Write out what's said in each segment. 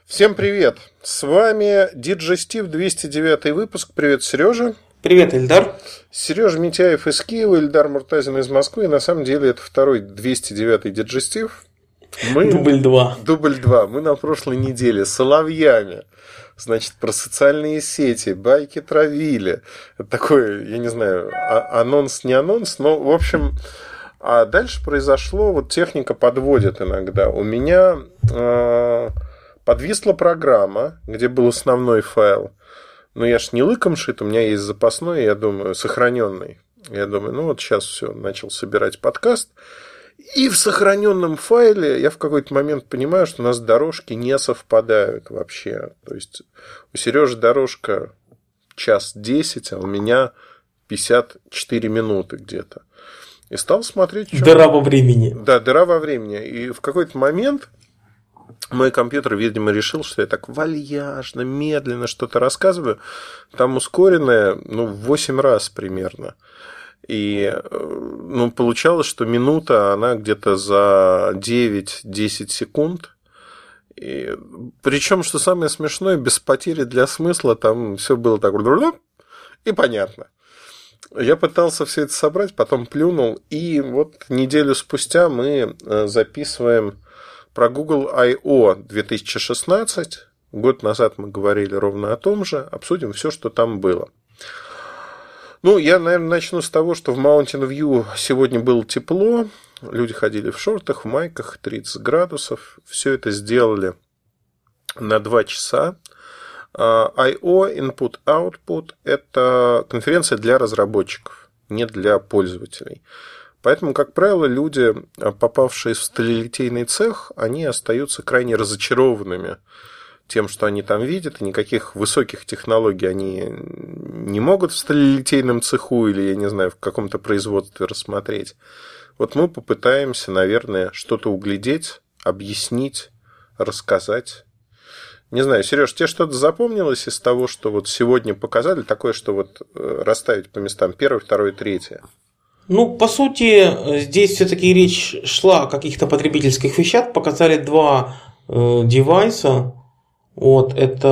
Всем привет! С вами Диджестив, 209 выпуск. Привет, Сережа. Привет, Ильдар. Сережа Митяев из Киева, Ильдар Муртазин из Москвы. И на самом деле это второй 209 Диджестив. Дубль 2. Дубль 2. Мы на прошлой неделе соловьями, значит, про социальные сети, байки травили. Это такой, я не знаю, анонс, не анонс, но, в общем... А дальше произошло, вот техника подводит иногда. У меня подвисла программа, где был основной файл. Но я ж не лыком шит, у меня есть запасной, я думаю, сохраненный. Я думаю, ну вот сейчас все, начал собирать подкаст. И в сохраненном файле я в какой-то момент понимаю, что у нас дорожки не совпадают вообще. То есть у Сережи дорожка 1:10, а у меня 54 минуты где-то. И стал смотреть... Дыра во времени. Да, дыра во времени. И в какой-то момент мой компьютер, видимо, решил, что я так вальяжно, медленно что-то рассказываю. Там ускоренное, в 8 раз примерно. И получалось, что минута, она где-то за 9-10 секунд. И, причем, что самое смешное, без потери для смысла, там все было так и понятно. Я пытался все это собрать, потом плюнул, и вот неделю спустя мы записываем про Google I.O. 2016. Год назад мы говорили ровно о том же, обсудим все, что там было. Я, наверное, начну с того, что в Mountain View сегодня было тепло, люди ходили в шортах, в майках, 30 градусов, все это сделали на 2 часа. I.O. Input-Output – это конференция для разработчиков, не для пользователей. Поэтому, как правило, люди, попавшие в сталелитейный цех, они остаются крайне разочарованными тем, что они там видят, и никаких высоких технологий они не могут в сталелитейном цеху или, я не знаю, в каком-то производстве рассмотреть. Вот мы попытаемся, наверное, что-то углядеть, объяснить, рассказать. Не знаю, Сереж, тебе что-то запомнилось из того, что вот сегодня показали, такое, что вот расставить по местам первое, второе, третье? По сути, здесь все-таки речь шла о каких-то потребительских вещах. Показали два девайса. Вот, это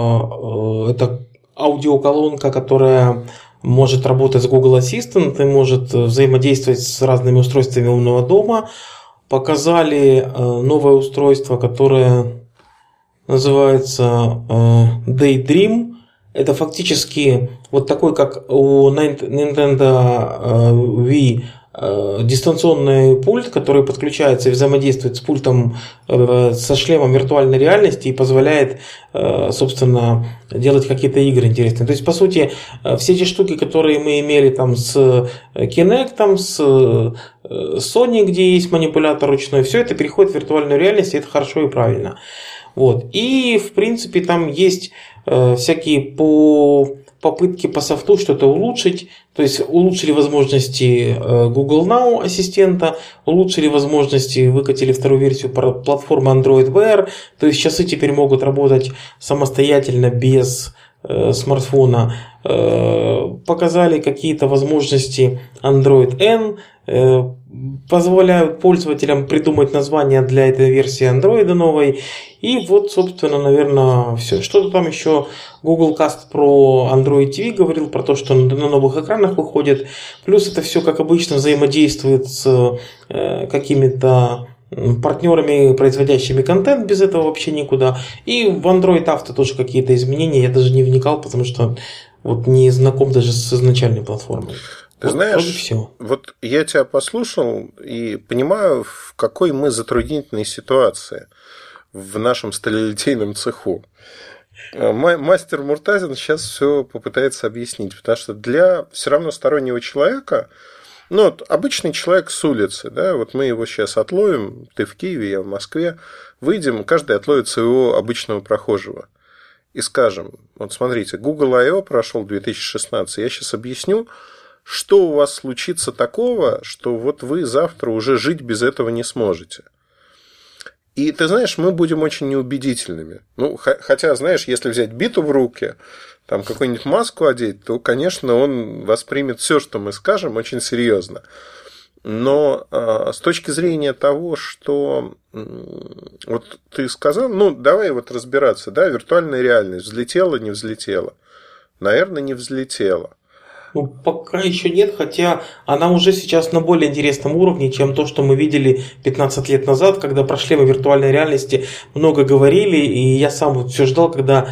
аудиоколонка, которая может работать с Google Assistant и может взаимодействовать с разными устройствами умного дома. Показали новое устройство, которое называется Daydream. Это фактически вот такой, как у Nintendo Wii, дистанционный пульт, который подключается и взаимодействует с пультом, со шлемом виртуальной реальности и позволяет, собственно, делать какие-то игры интересные. То есть, по сути, все эти штуки, которые мы имели там с Kinect, с Sony, где есть манипулятор ручной, все это переходит в виртуальную реальность, и это хорошо и правильно. Вот. И, в принципе, там есть всякие попытки по софту что-то улучшить. То есть, улучшили возможности Google Now ассистента, улучшили возможности, выкатили вторую версию платформы Android Wear. То есть, часы теперь могут работать самостоятельно, без смартфона. Показали какие-то возможности Android N, позволяют пользователям придумать название для этой версии Android новой. И вот, собственно, наверное, все. Что-то там еще Google Cast про Android TV говорил, про то, что на новых экранах выходит. Плюс это все, как обычно, взаимодействует с какими-то партнерами, производящими контент, без этого вообще никуда. И в Android Auto тоже какие-то изменения. Я даже не вникал, потому что вот не знаком даже с изначальной платформой. Ты знаешь, вот я тебя послушал и понимаю, в какой мы затруднительной ситуации в нашем сталелитейном цеху. Мастер Муртазин сейчас все попытается объяснить, потому что для все равно стороннего человека, обычный человек с улицы, да, вот мы его сейчас отловим, ты в Киеве, я в Москве, выйдем, каждый отловит своего обычного прохожего. И скажем, вот смотрите, Google I.O. прошел 2016, я сейчас объясню, что у вас случится такого, что вот вы завтра уже жить без этого не сможете. И ты знаешь, мы будем очень неубедительными. Хотя, знаешь, если взять биту в руки, там какую-нибудь маску одеть, то, конечно, он воспримет все, что мы скажем, очень серьезно. Но с точки зрения того, что вот ты сказал, ну, давай вот разбираться, да, виртуальная реальность взлетела, не взлетела? Наверное, не взлетела. Ну, пока еще нет, хотя она уже сейчас на более интересном уровне, чем то, что мы видели 15 лет назад, когда про шлемы виртуальной реальности много говорили, и я сам вот все ждал, когда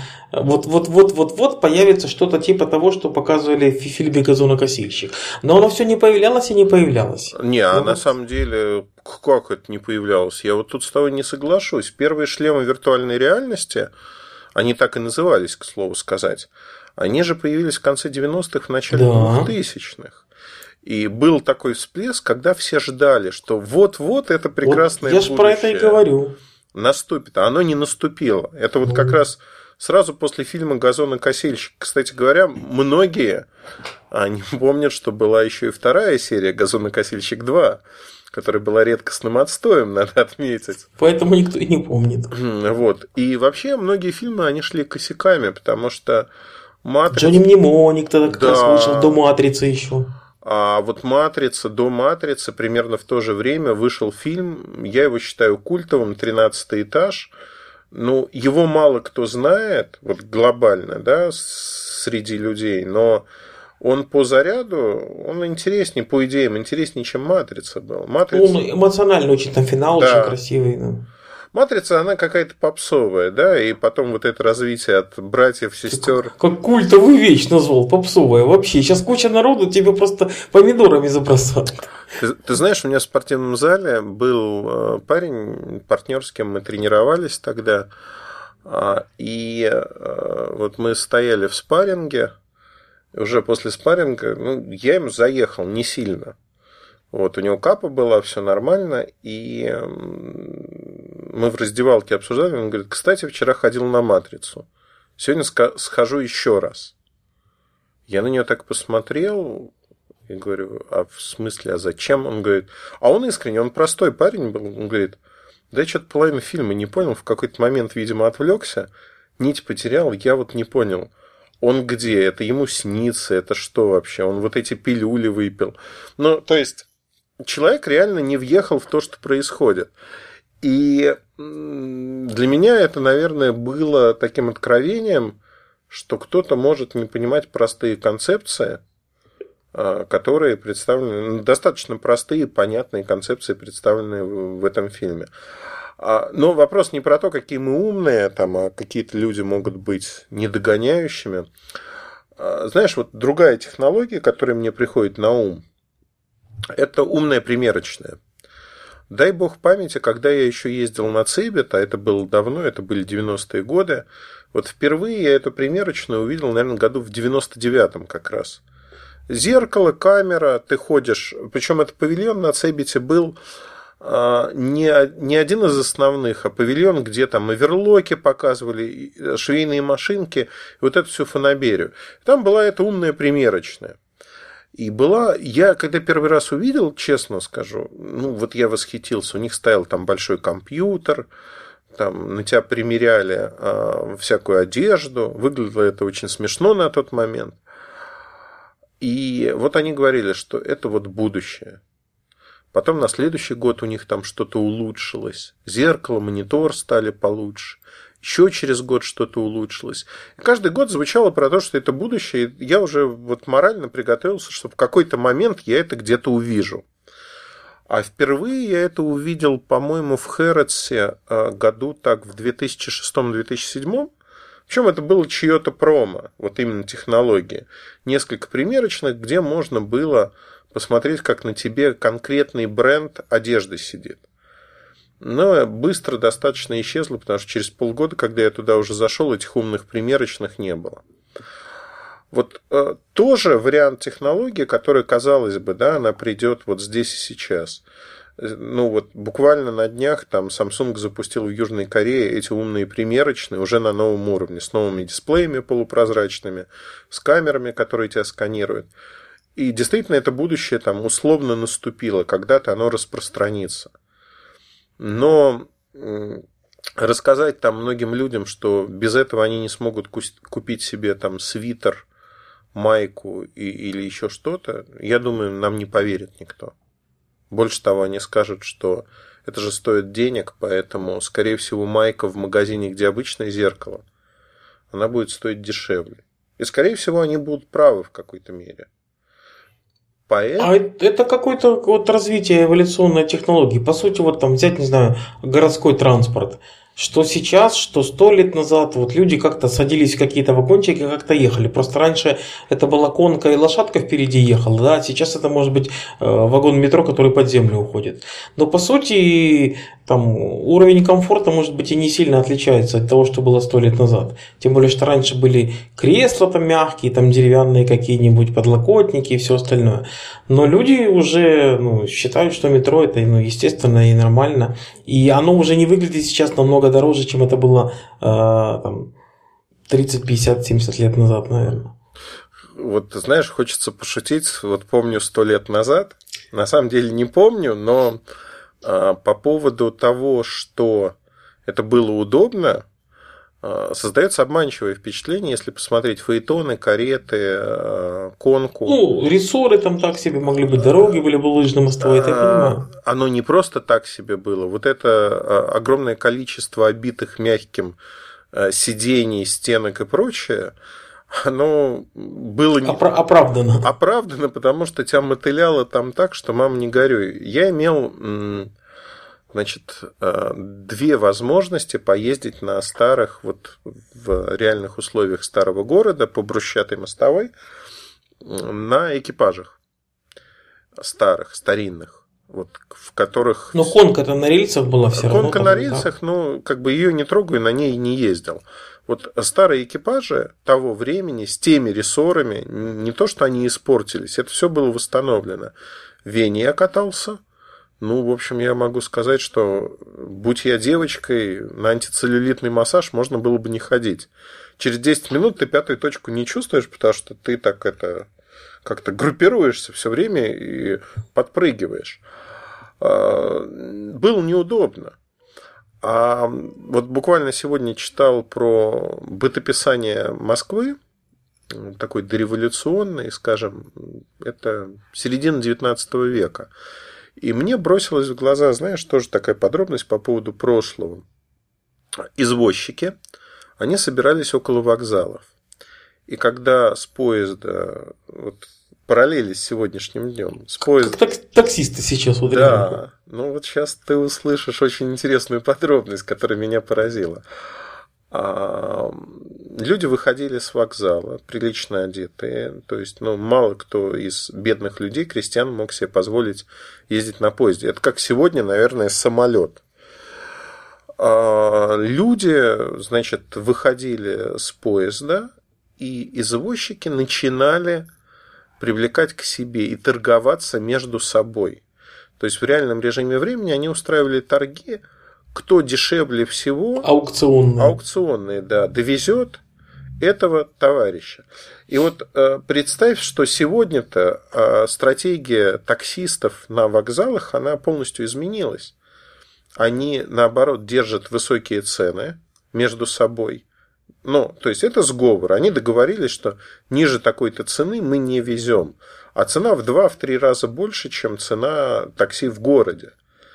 вот появится что-то типа того, что показывали в фильме «Газонокосильщик». Но оно все не появлялось и не появлялось. Не, а на самом деле, как это не появлялось? Я вот тут с тобой не соглашусь. Первые шлемы виртуальной реальности, они так и назывались, к слову сказать, они же появились в конце 90-х, в начале 2000-х. И был такой всплеск, когда все ждали, что вот-вот это прекрасное будущее. Я же про это и говорю. Наступит, а оно не наступило. Это вот как раз сразу после фильма «Газонокосильщик». Кстати говоря, многие не помнят, что была еще и вторая серия «Газонокосильщик 2», которая была редкостным отстоем, надо отметить. Поэтому никто и не помнит. Вот. И вообще многие фильмы, они шли косяками, потому что «Матрица». Джонни Мнемоник тогда как раз вышел, до «Матрицы» еще. А вот «Матрица», до «Матрицы» примерно в то же время вышел фильм, я его считаю культовым, «13-й этаж». Ну, его мало кто знает, вот глобально, да, среди людей, но он по заряду, он интереснее, по идеям, интереснее, чем «Матрица» был. «Матрица». Он эмоционально очень, там финал очень красивый. Да. «Матрица», она какая-то попсовая, да, и потом вот это развитие от братьев, сестер. Как культовую вещь назвал, попсовая вообще. Сейчас куча народу тебе просто помидорами забросают. Ты знаешь, у меня в спортивном зале был парень, партнер, с кем мы тренировались тогда, и вот мы стояли в спарринге, уже после спарринга, ну, я ему заехал не сильно. Вот, у него капа была, все нормально, и мы в раздевалке обсуждали, он говорит, кстати, вчера ходил на «Матрицу», сегодня схожу еще раз. Я на него так посмотрел и говорю, а в смысле, а зачем? Он говорит, а он искренне, он простой парень был, он говорит, да я что-то половину фильма не понял, в какой-то момент, видимо, отвлекся, нить потерял, я вот не понял. Он где? Это ему снится? Это что вообще? Он вот эти пилюли выпил. Ну, то есть, человек реально не въехал в то, что происходит. И для меня это, наверное, было таким откровением, что кто-то может не понимать простые концепции, которые представлены, достаточно простые, понятные концепции, представленные в этом фильме. Но вопрос не про то, какие мы умные, там, а какие-то люди могут быть недогоняющими. Знаешь, вот другая технология, которая мне приходит на ум, это умная примерочная. Дай бог памяти, когда я еще ездил на Цебет, а это было давно, это были 90-е годы, вот впервые я эту примерочную увидел, наверное, году в 99-м как раз. Зеркало, камера, ты ходишь, причем это павильон на Цебете был не один из основных, а павильон, где там оверлоки показывали, швейные машинки, и вот эту всю фанаберию. Там была эта умная примерочная. И была, я когда первый раз увидел, честно скажу, ну вот я восхитился, у них стоял там большой компьютер, там на тебя примеряли всякую одежду, выглядело это очень смешно на тот момент. И вот они говорили, что это вот будущее. Потом на следующий год у них там что-то улучшилось. Зеркало, монитор стали получше. Еще через год что-то улучшилось. И каждый год звучало про то, что это будущее. И я уже вот морально приготовился, что в какой-то момент я это где-то увижу. А впервые я это увидел, по-моему, в Хэрротсе году так в 2006-2007. Причем это было чье-то промо, вот именно технологии. Несколько примерочных, где можно было посмотреть, как на тебе конкретный бренд одежды сидит. Но быстро достаточно исчезло, потому что через полгода, когда я туда уже зашел, этих умных примерочных не было. Вот тоже вариант технологии, которая, казалось бы, да, она придет вот здесь и сейчас. Ну вот буквально на днях там Samsung запустил в Южной Корее эти умные примерочные уже на новом уровне, с новыми дисплеями полупрозрачными, с камерами, которые тебя сканируют. И действительно это будущее там условно наступило, когда-то оно распространится. Но рассказать там многим людям, что без этого они не смогут купить себе там свитер, майку или еще что-то, я думаю, нам не поверит никто. Больше того, они скажут, что это же стоит денег, поэтому, скорее всего, майка в магазине, где обычное зеркало, она будет стоить дешевле. И, скорее всего, они будут правы в какой-то мере. А это какое-то вот развитие эволюционной технологии. По сути, вот там взять, не знаю, городской транспорт. Что сейчас, что 100 лет назад, вот люди как-то садились в какие-то вагончики и как-то ехали. Просто раньше это была конка и лошадка впереди ехала, да, сейчас это может быть вагон метро, который под землю уходит. Но по сути, там уровень комфорта может быть и не сильно отличается от того, что было 100 лет назад. Тем более, что раньше были кресла там мягкие, там деревянные какие-нибудь подлокотники и все остальное. Но люди уже считают, что метро это естественно и нормально. И оно уже не выглядит сейчас намного дороже, чем это было 30, 50, 70 лет назад, наверное. Вот, знаешь, хочется пошутить. Вот помню 100 лет назад. На самом деле не помню, но по поводу того, что это было удобно, создается обманчивое впечатление, если посмотреть фаэтоны, кареты, конку. Рессоры там так себе могли быть, дороги были бы лыжно-мостовые, это я понимаю. Оно не просто так себе было. Вот это огромное количество обитых мягким сидений, стенок и прочее, оно было оправдано. Оправдано, потому что тебя мотыляло там так, что мама не горюй. Я имел... две возможности поездить на старых, вот в реальных условиях старого города по брусчатой мостовой на экипажах старых, старинных, вот, в которых... Но конка-то на рельсах была все равно. Конка на рельсах, ее не трогаю, на ней не ездил. Вот старые экипажи того времени с теми рессорами, не то, что они испортились, это все было восстановлено. В Вене я катался. В общем, я могу сказать, что будь я девочкой, на антицеллюлитный массаж можно было бы не ходить. Через 10 минут ты пятую точку не чувствуешь, потому что ты так как-то группируешься все время и подпрыгиваешь. Было неудобно. А вот буквально сегодня читал про бытописание Москвы, такой дореволюционный, скажем, это середина 19 века. И мне бросилась в глаза, знаешь, тоже такая подробность по поводу прошлого. Извозчики, они собирались около вокзалов. И когда с поезда, вот параллели с сегодняим днем, с поезда... Как таксисты сейчас вот Да, вот сейчас ты услышишь очень интересную подробность, которая меня поразила. Люди выходили с вокзала, прилично одетые. То есть, мало кто из бедных людей, крестьян, мог себе позволить ездить на поезде. Это как сегодня, наверное, самолет. Люди, выходили с поезда, и извозчики начинали привлекать к себе и торговаться между собой. То есть, в реальном режиме времени они устраивали торги, кто дешевле всего... Аукционные, да, довезет этого товарища. И вот представь, что сегодня-то стратегия таксистов на вокзалах, она полностью изменилась. Они, наоборот, держат высокие цены между собой. То есть, это сговор. Они договорились, что ниже такой-то цены мы не везем. А цена в 2-3 раза больше, чем цена такси в городе.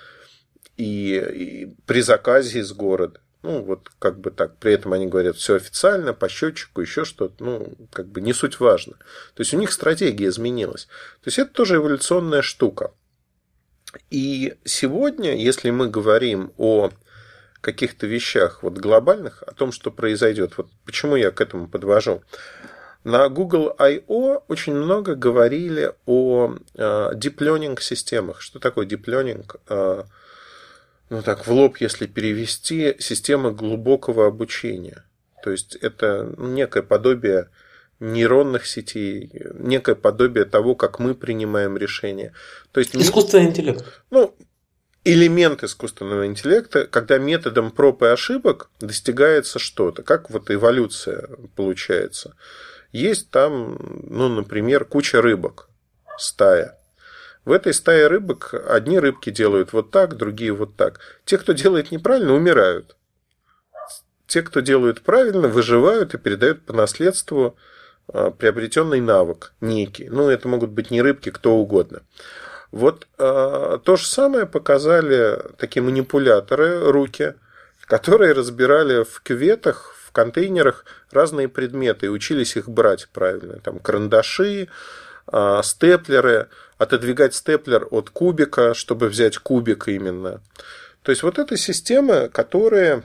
И при заказе из города. Так. При этом они говорят, все официально, по счетчику, еще что-то. Не суть важно. То есть, у них стратегия изменилась. То есть, это тоже эволюционная штука. И сегодня, если мы говорим о каких-то вещах глобальных, о том, что произойдет, почему я к этому подвожу. На Google I.O. очень много говорили о deep learning системах. Что такое deep learning? В лоб, если перевести, система глубокого обучения. То есть, это некое подобие нейронных сетей, некое подобие того, как мы принимаем решения. То есть, искусственный интеллект. Элемент искусственного интеллекта, когда методом проб и ошибок достигается что-то. Как эволюция получается. Есть там, например, куча рыбок, стая. В этой стае рыбок одни рыбки делают вот так, другие вот так. Те, кто делает неправильно, умирают. Те, кто делают правильно, выживают и передают по наследству приобретенный навык некий. Это могут быть не рыбки, кто угодно. Вот то же самое показали такие манипуляторы, руки, которые разбирали в кюветах, в контейнерах разные предметы и учились их брать правильно. Там карандаши, степлеры, отодвигать степлер от кубика, чтобы взять кубик именно. То есть вот это системы, которые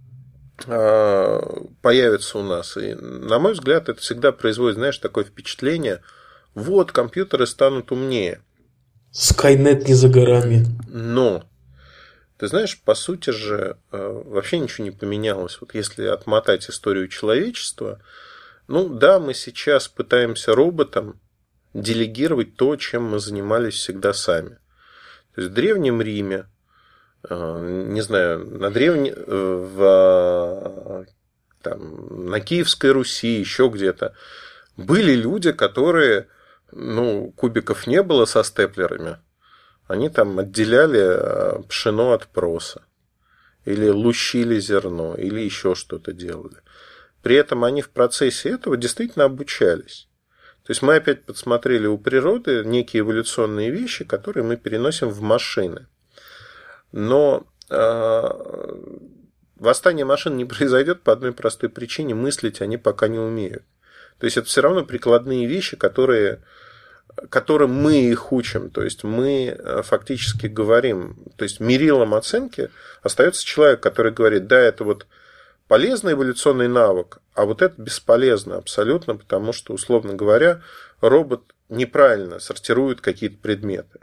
появятся у нас. И, на мой взгляд, это всегда производит, знаешь, такое впечатление, вот, компьютеры станут умнее. Skynet не за горами. Но, ты знаешь, по сути же, вообще ничего не поменялось. Вот если отмотать историю человечества, ну да, мы сейчас пытаемся роботам делегировать то, чем мы занимались всегда сами. То есть в Древнем Риме, не знаю, на Киевской Руси, еще где-то, были люди, которые, кубиков не было со степлерами, они там отделяли пшено от проса, или лущили зерно, или еще что-то делали. При этом они в процессе этого действительно обучались. То есть мы опять подсмотрели у природы некие эволюционные вещи, которые мы переносим в машины. Но восстание машин не произойдет по одной простой причине: мыслить они пока не умеют. То есть это все равно прикладные вещи, которым мы их учим. То есть мы фактически говорим, то есть мерилом оценки остается человек, который говорит, да, это вот полезный эволюционный навык, а вот это бесполезно абсолютно, потому что, условно говоря, робот неправильно сортирует какие-то предметы.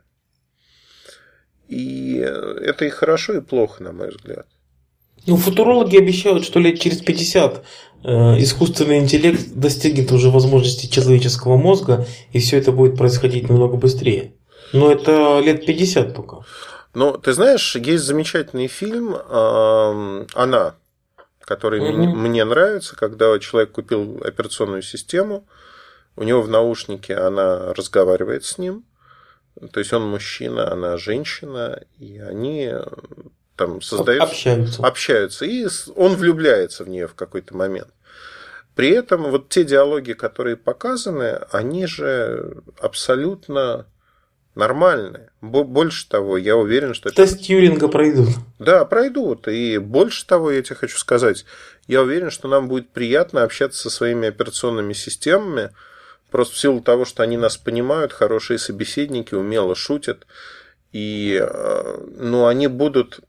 И это и хорошо, и плохо, на мой взгляд. Футурологи обещают, что лет через 50 искусственный интеллект достигнет уже возможности человеческого мозга, и все это будет происходить намного быстрее. Но это лет 50 только. Но ты знаешь, есть замечательный фильм «Она», который мне нравится, когда человек купил операционную систему, у него в наушнике она разговаривает с ним, то есть он мужчина, она женщина, и они там общаются, и он влюбляется в нее в какой-то момент. При этом вот те диалоги, которые показаны, они же абсолютно нормальные. Больше того, я уверен, что... Тест Тьюринга пройдут. Да, пройдут. И больше того, я тебе хочу сказать, я уверен, что нам будет приятно общаться со своими операционными системами, просто в силу того, что они нас понимают, хорошие собеседники, умело шутят. И они будут...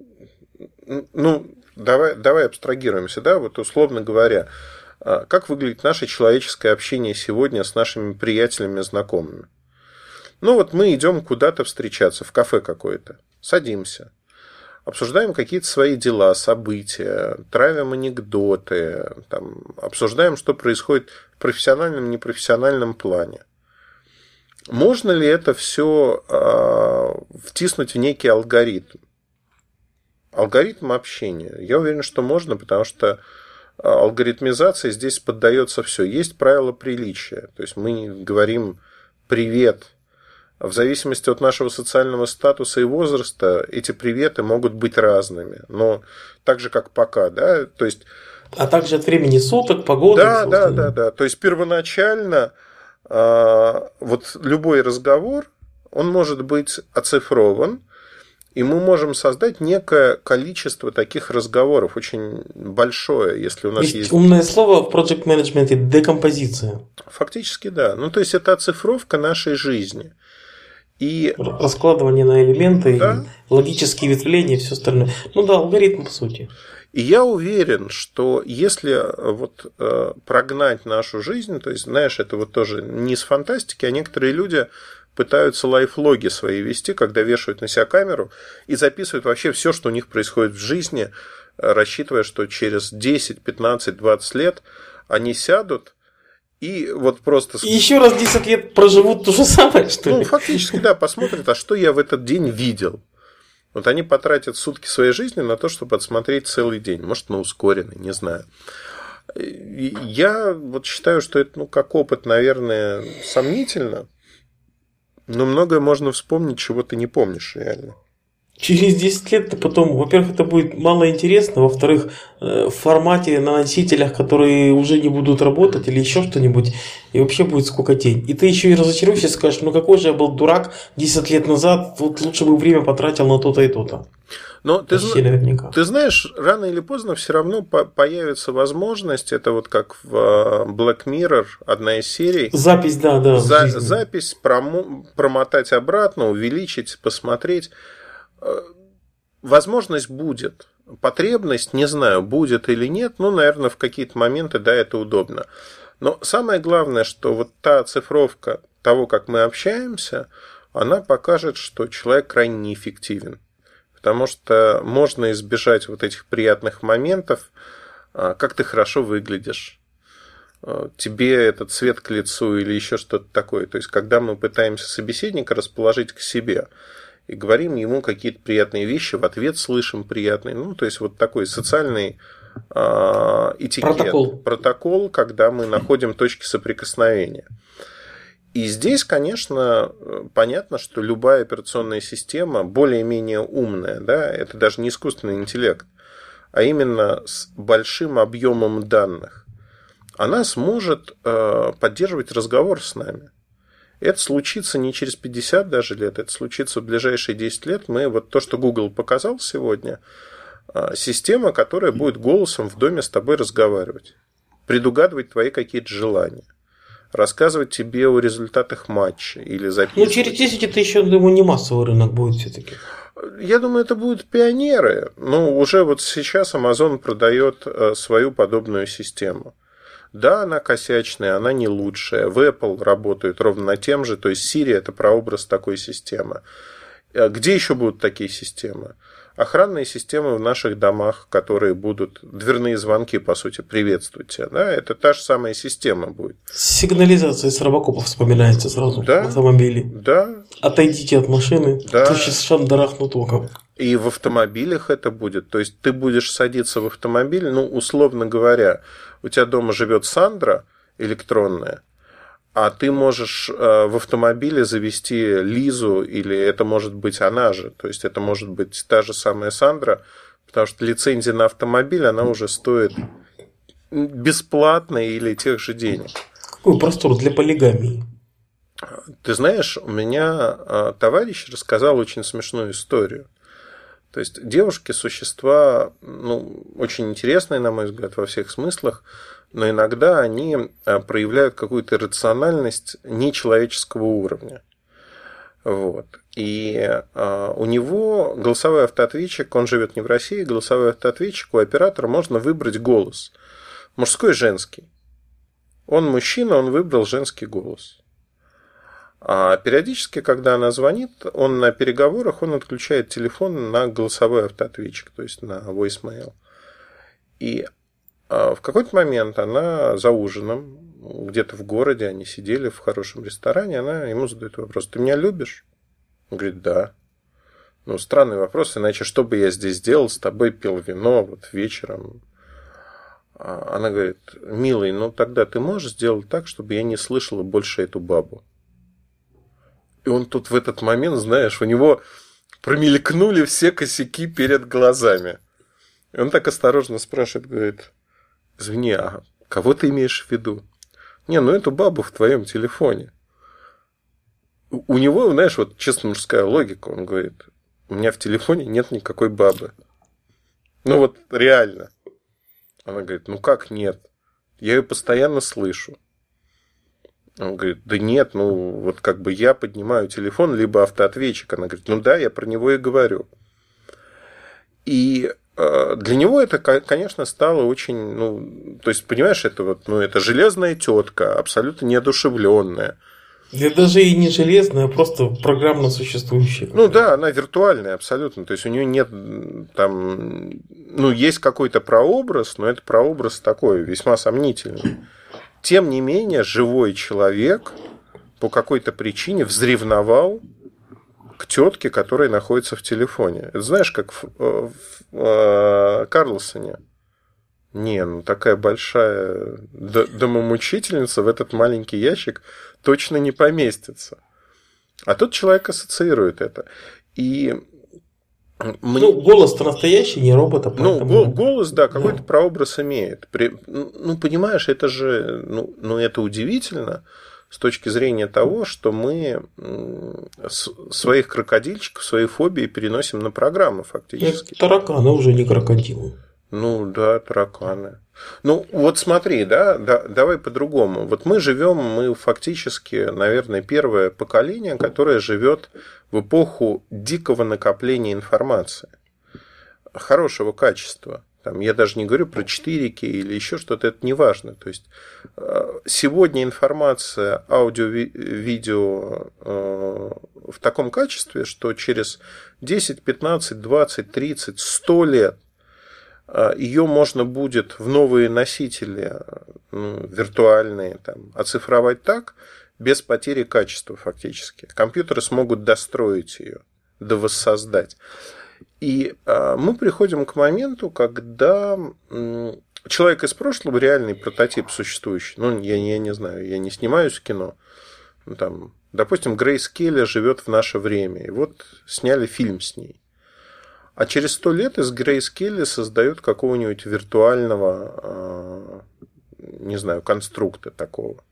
давай абстрагируемся, да, вот условно говоря, как выглядит наше человеческое общение сегодня с нашими приятелями, знакомыми. Мы идем куда-то встречаться, в кафе какое-то, садимся, обсуждаем какие-то свои дела, события, травим анекдоты, обсуждаем, что происходит в профессиональном, непрофессиональном плане. Можно ли это все втиснуть в некий алгоритм? Алгоритм общения. Я уверен, что можно, потому что алгоритмизации здесь поддается все. Есть правила приличия. То есть мы говорим «привет». В зависимости от нашего социального статуса и возраста эти приветы могут быть разными. Но так же, как «пока». Да? То есть... А также от времени суток, погоды. Да. То есть первоначально вот любой разговор, он может быть оцифрован, и мы можем создать некое количество таких разговоров, очень большое, если у нас есть... Умное слово в project management – декомпозиция. Фактически, да. То есть это оцифровка нашей жизни. И... раскладывание на элементы, да? Логические ветвления и все остальное. Алгоритм по сути. И я уверен, что если прогнать нашу жизнь, то есть, знаешь, это вот тоже не из фантастики, а некоторые люди пытаются лайфлоги свои вести, когда вешают на себя камеру и записывают вообще все, что у них происходит в жизни, рассчитывая, что через 10, 15, 20 лет они сядут и вот просто... И еще раз 10 лет проживут то же самое, что ли? Фактически, да, посмотрят, а что я в этот день видел. Вот они потратят сутки своей жизни на то, чтобы отсмотреть целый день. Может, на ускоренный, не знаю. Я считаю, что это, как опыт, наверное, сомнительно. Но многое можно вспомнить, чего ты не помнишь реально. Через 10 лет потом, во-первых, это будет мало интересно, во-вторых, в формате на носителях, которые уже не будут работать или еще что-нибудь, и вообще будет скукотень. И ты еще и разочаруешься и скажешь, ну какой же я был дурак 10 лет назад, вот лучше бы время потратил на то-то и то-то. Но ты знаешь, рано или поздно все равно появится возможность, это вот как в Black Mirror, одна из серий. Запись, да. Запись, промотать обратно, увеличить, посмотреть. Возможность будет. Потребность, не знаю, будет или нет, но, наверное, в какие-то моменты, да, это удобно. Но самое главное, что вот та оцифровка того, как мы общаемся, она покажет, что человек крайне неэффективен. Потому что можно избежать вот этих приятных моментов, как ты хорошо выглядишь, тебе этот цвет к лицу или еще что-то такое. То есть, когда мы пытаемся собеседника расположить к себе и говорим ему какие-то приятные вещи, в ответ слышим приятные. Ну, то есть, вот такой социальный этикет. Протокол, когда мы находим точки соприкосновения. И здесь, конечно, понятно, что любая операционная система более-менее умная, да, это даже не искусственный интеллект, а именно с большим объемом данных, она сможет поддерживать разговор с нами. Это случится не через 50 даже лет, это случится в ближайшие 10 лет. Мы вот то, что Google показал сегодня, система, которая будет голосом в доме с тобой разговаривать, предугадывать твои какие-то желания, рассказывать тебе о результатах матча или записывать. Ну, через 10 это еще, думаю, не массовый рынок будет все-таки. Я думаю, это будут пионеры. Но уже вот сейчас Amazon продает свою подобную систему. Да, она косячная, она не лучшая. В Apple работают ровно на тем же. То есть Siri – это прообраз такой системы. Где еще будут такие системы? Охранные системы в наших домах, которые будут дверные звонки, по сути, приветствовать тебя. Да? Это та же самая система будет. Сигнализация с робокопов вспоминается сразу, да? В автомобиле. Да. Отойдите от машины, да. то сейчас шандарахнут оком. И в автомобилях это будет. То есть ты будешь садиться в автомобиль, ну, условно говоря, у тебя дома живет Сандра электронная, а ты можешь в автомобиле завести Лизу, или это может быть она же. То есть это может быть та же самая Сандра, потому что лицензия на автомобиль, она уже стоит бесплатно или тех же денег. Какой простор для полигамии. Ты знаешь, у меня товарищ рассказал очень смешную историю. То есть девушки – существа, ну, очень интересные, на мой взгляд, во всех смыслах, но иногда они проявляют какую-то рациональность нечеловеческого уровня. Вот. И у него голосовой автоответчик, он живет не в России, голосовой автоответчик у оператора можно выбрать голос. Мужской, женский. Он мужчина, он выбрал женский голос. А периодически, когда она звонит, он на переговорах, он отключает телефон на голосовой автоответчик, то есть на voicemail. И в какой-то момент она за ужином, где-то в городе, они сидели в хорошем ресторане, она ему задает вопрос: ты меня любишь? Он говорит: да. Ну, странный вопрос, иначе что бы я здесь делал, с тобой пил вино вот вечером. Она говорит: милый, ну тогда ты можешь сделать так, чтобы я не слышала больше эту бабу? И он тут в этот момент, знаешь, у него промелькнули все косяки перед глазами. И он так осторожно спрашивает, говорит: извини, а кого ты имеешь в виду? Не, ну эту бабу в твоем телефоне. У него, знаешь, вот чисто мужская логика. Он говорит: у меня в телефоне нет никакой бабы. Ну вот реально. Она говорит: ну как нет? Я ее постоянно слышу. Он говорит: да нет, ну вот как бы я поднимаю телефон, либо автоответчик. Она говорит: ну да, я про него и говорю. И для него это, конечно, стало очень, ну, то есть, понимаешь, это вот, ну, это железная тетка, абсолютно неодушевленная. Да даже и не железная, а просто программно существующая. Ну да, она виртуальная абсолютно. То есть у нее нет там, ну, есть какой-то прообраз, но это прообраз такой весьма сомнительный. Тем не менее, живой человек по какой-то причине взревновал к тетке, которая находится в телефоне. Это знаешь, как в Карлсоне. Не, ну такая большая домомучительница в этот маленький ящик точно не поместится. А тут человек ассоциирует это. И Голос-то настоящий, не робота, поэтому... голос, да, какой-то прообраз имеет. Понимаешь, это же, это удивительно с точки зрения того, что мы своих крокодильчиков, свои фобии переносим на программы фактически. Тараканы уже не крокодилы. Да, тараканы. Вот смотри, давай по-другому. Вот мы фактически, наверное, первое поколение, которое живет в эпоху дикого накопления информации. Хорошего качества. Я даже не говорю про 4К или еще что-то, это не важно. То есть, сегодня информация, аудио, видео в таком качестве, что через 10, 15, 20, 30, 100 лет ее можно будет в новые носители виртуальные оцифровать так, без потери качества фактически. Компьютеры смогут достроить ее, довоссоздать. И мы приходим к моменту, когда человек из прошлого, реальный прототип существующий, я не знаю, я не снимаюсь в кино, допустим, Грейс Келли живет в наше время, и вот сняли фильм с ней. А через 100 лет из Грейс Келли создают какого-нибудь виртуального, не знаю, конструкта такого.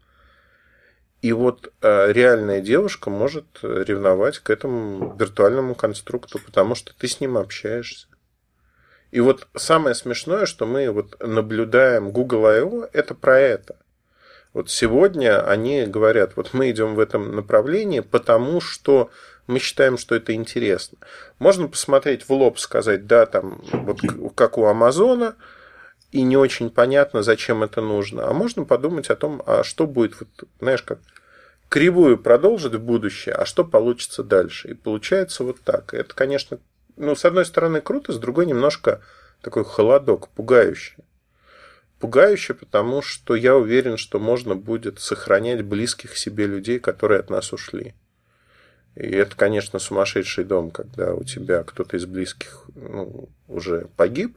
И вот реальная девушка может ревновать к этому виртуальному конструкту, потому что ты с ним общаешься. И вот самое смешное, что мы вот наблюдаем Google I.O., это про это. Вот сегодня они говорят, вот мы идем в этом направлении, потому что мы считаем, что это интересно. Можно посмотреть в лоб, сказать, вот как у Амазона, и не очень понятно, зачем это нужно. А можно подумать о том, а что будет, знаешь, как кривую продолжить в будущее, а что получится дальше. И получается вот так. Это, конечно, с одной стороны круто, с другой немножко такой холодок, пугающий. Пугающе, потому что я уверен, что можно будет сохранять близких себе людей, которые от нас ушли. И это, конечно, сумасшедший дом, когда у тебя кто-то из близких уже погиб,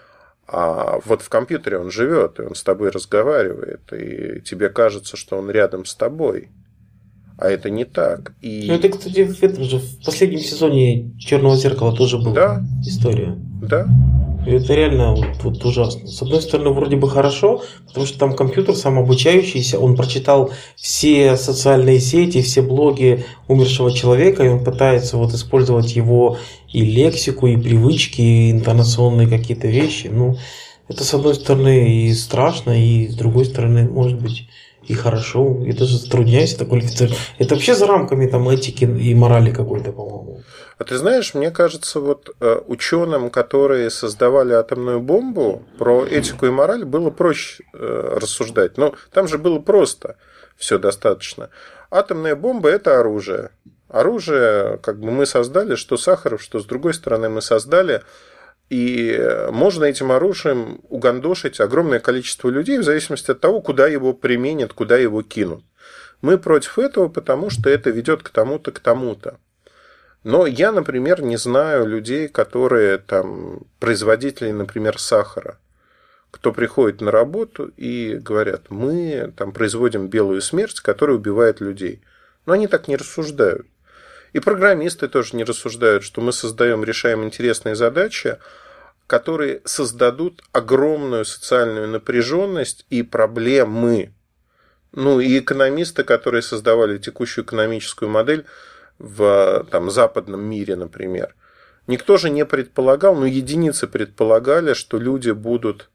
а вот в компьютере он живет, и он с тобой разговаривает, и тебе кажется, что он рядом с тобой. А это не так. Это, кстати, в последнем сезоне «Черного зеркала» тоже была история. Да. Это реально вот ужасно. С одной стороны, вроде бы хорошо, потому что там компьютер самообучающийся, он прочитал все социальные сети, все блоги умершего человека, и он пытается использовать его и лексику, и привычки, и интонационные какие-то вещи. Это, с одной стороны, и страшно, и с другой стороны, может быть, и хорошо. Я даже затрудняюсь это квалифицировать. Это вообще за рамками этики и морали какой-то, по-моему. А ты знаешь, мне кажется, ученым, которые создавали атомную бомбу, про этику и мораль было проще рассуждать. Там же было просто все достаточно. Атомная бомба – это оружие. Оружие, мы создали, что Сахаров, что с другой стороны мы создали. И можно этим оружием угандошить огромное количество людей в зависимости от того, куда его применят, куда его кинут. Мы против этого, потому что это ведет к тому-то, к тому-то. Но я, например, не знаю людей, которые производители, например, сахара, кто приходит на работу и говорят, мы производим белую смерть, которая убивает людей. Но они так не рассуждают. И программисты тоже не рассуждают, что мы решаем интересные задачи, которые создадут огромную социальную напряженность и проблемы. И экономисты, которые создавали текущую экономическую модель в западном мире, например. Никто же не предполагал, единицы предполагали, что люди будут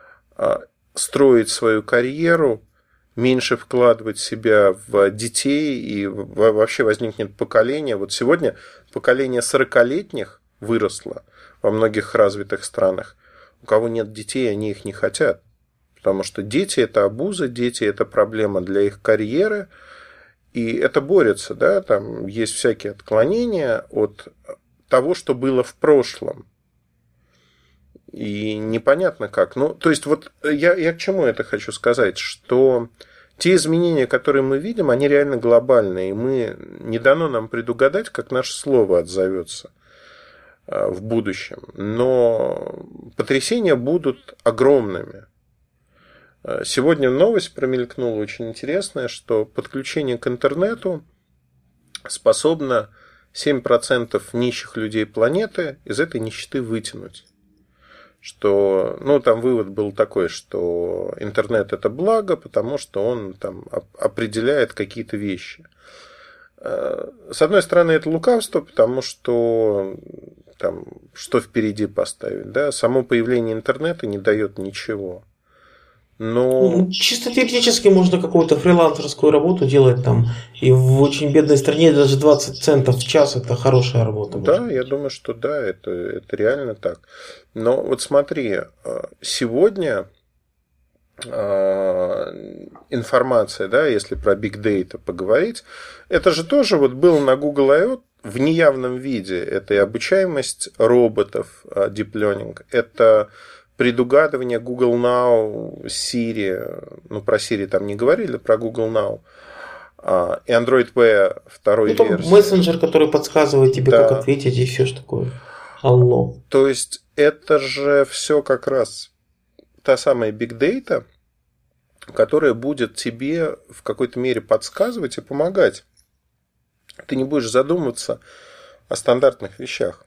строить свою карьеру, меньше вкладывать себя в детей, и вообще возникнет поколение. Вот сегодня поколение 40-летних выросло во многих развитых странах. У кого нет детей, они их не хотят. Потому что дети – это обуза, дети – это проблема для их карьеры. И это борется, там есть всякие отклонения от того, что было в прошлом. И непонятно как. То есть, я к чему это хочу сказать, что те изменения, которые мы видим, они реально глобальные, и не дано нам предугадать, как наше слово отзовется в будущем. Но потрясения будут огромными. Сегодня новость промелькнула очень интересная, что подключение к интернету способно 7% нищих людей планеты из этой нищеты вытянуть. Что, ну, там вывод был такой, что интернет это благо, потому что он там определяет какие-то вещи. С одной стороны, это лукавство, потому что там, что впереди поставить, да? Само появление интернета не дает ничего. Но... Чисто теоретически можно какую-то фрилансерскую работу делать там, и в очень бедной стране даже 20 центов в час это хорошая работа. Да, я думаю, что да, это реально так. Но вот смотри, сегодня информация, да, если про Big Data поговорить, это же тоже вот было на Google I.O. в неявном виде. Это и обучаемость роботов, Deep Learning, это предугадывание Google Now, Siri, ну про Siri там не говорили, про Google Now, и Android P второй версии. Мессенджер, который подсказывает тебе, да, как ответить и все такое. Алло. То есть это же все как раз та самая Big Data, которая будет тебе в какой-то мере подсказывать и помогать. Ты не будешь задумываться о стандартных вещах.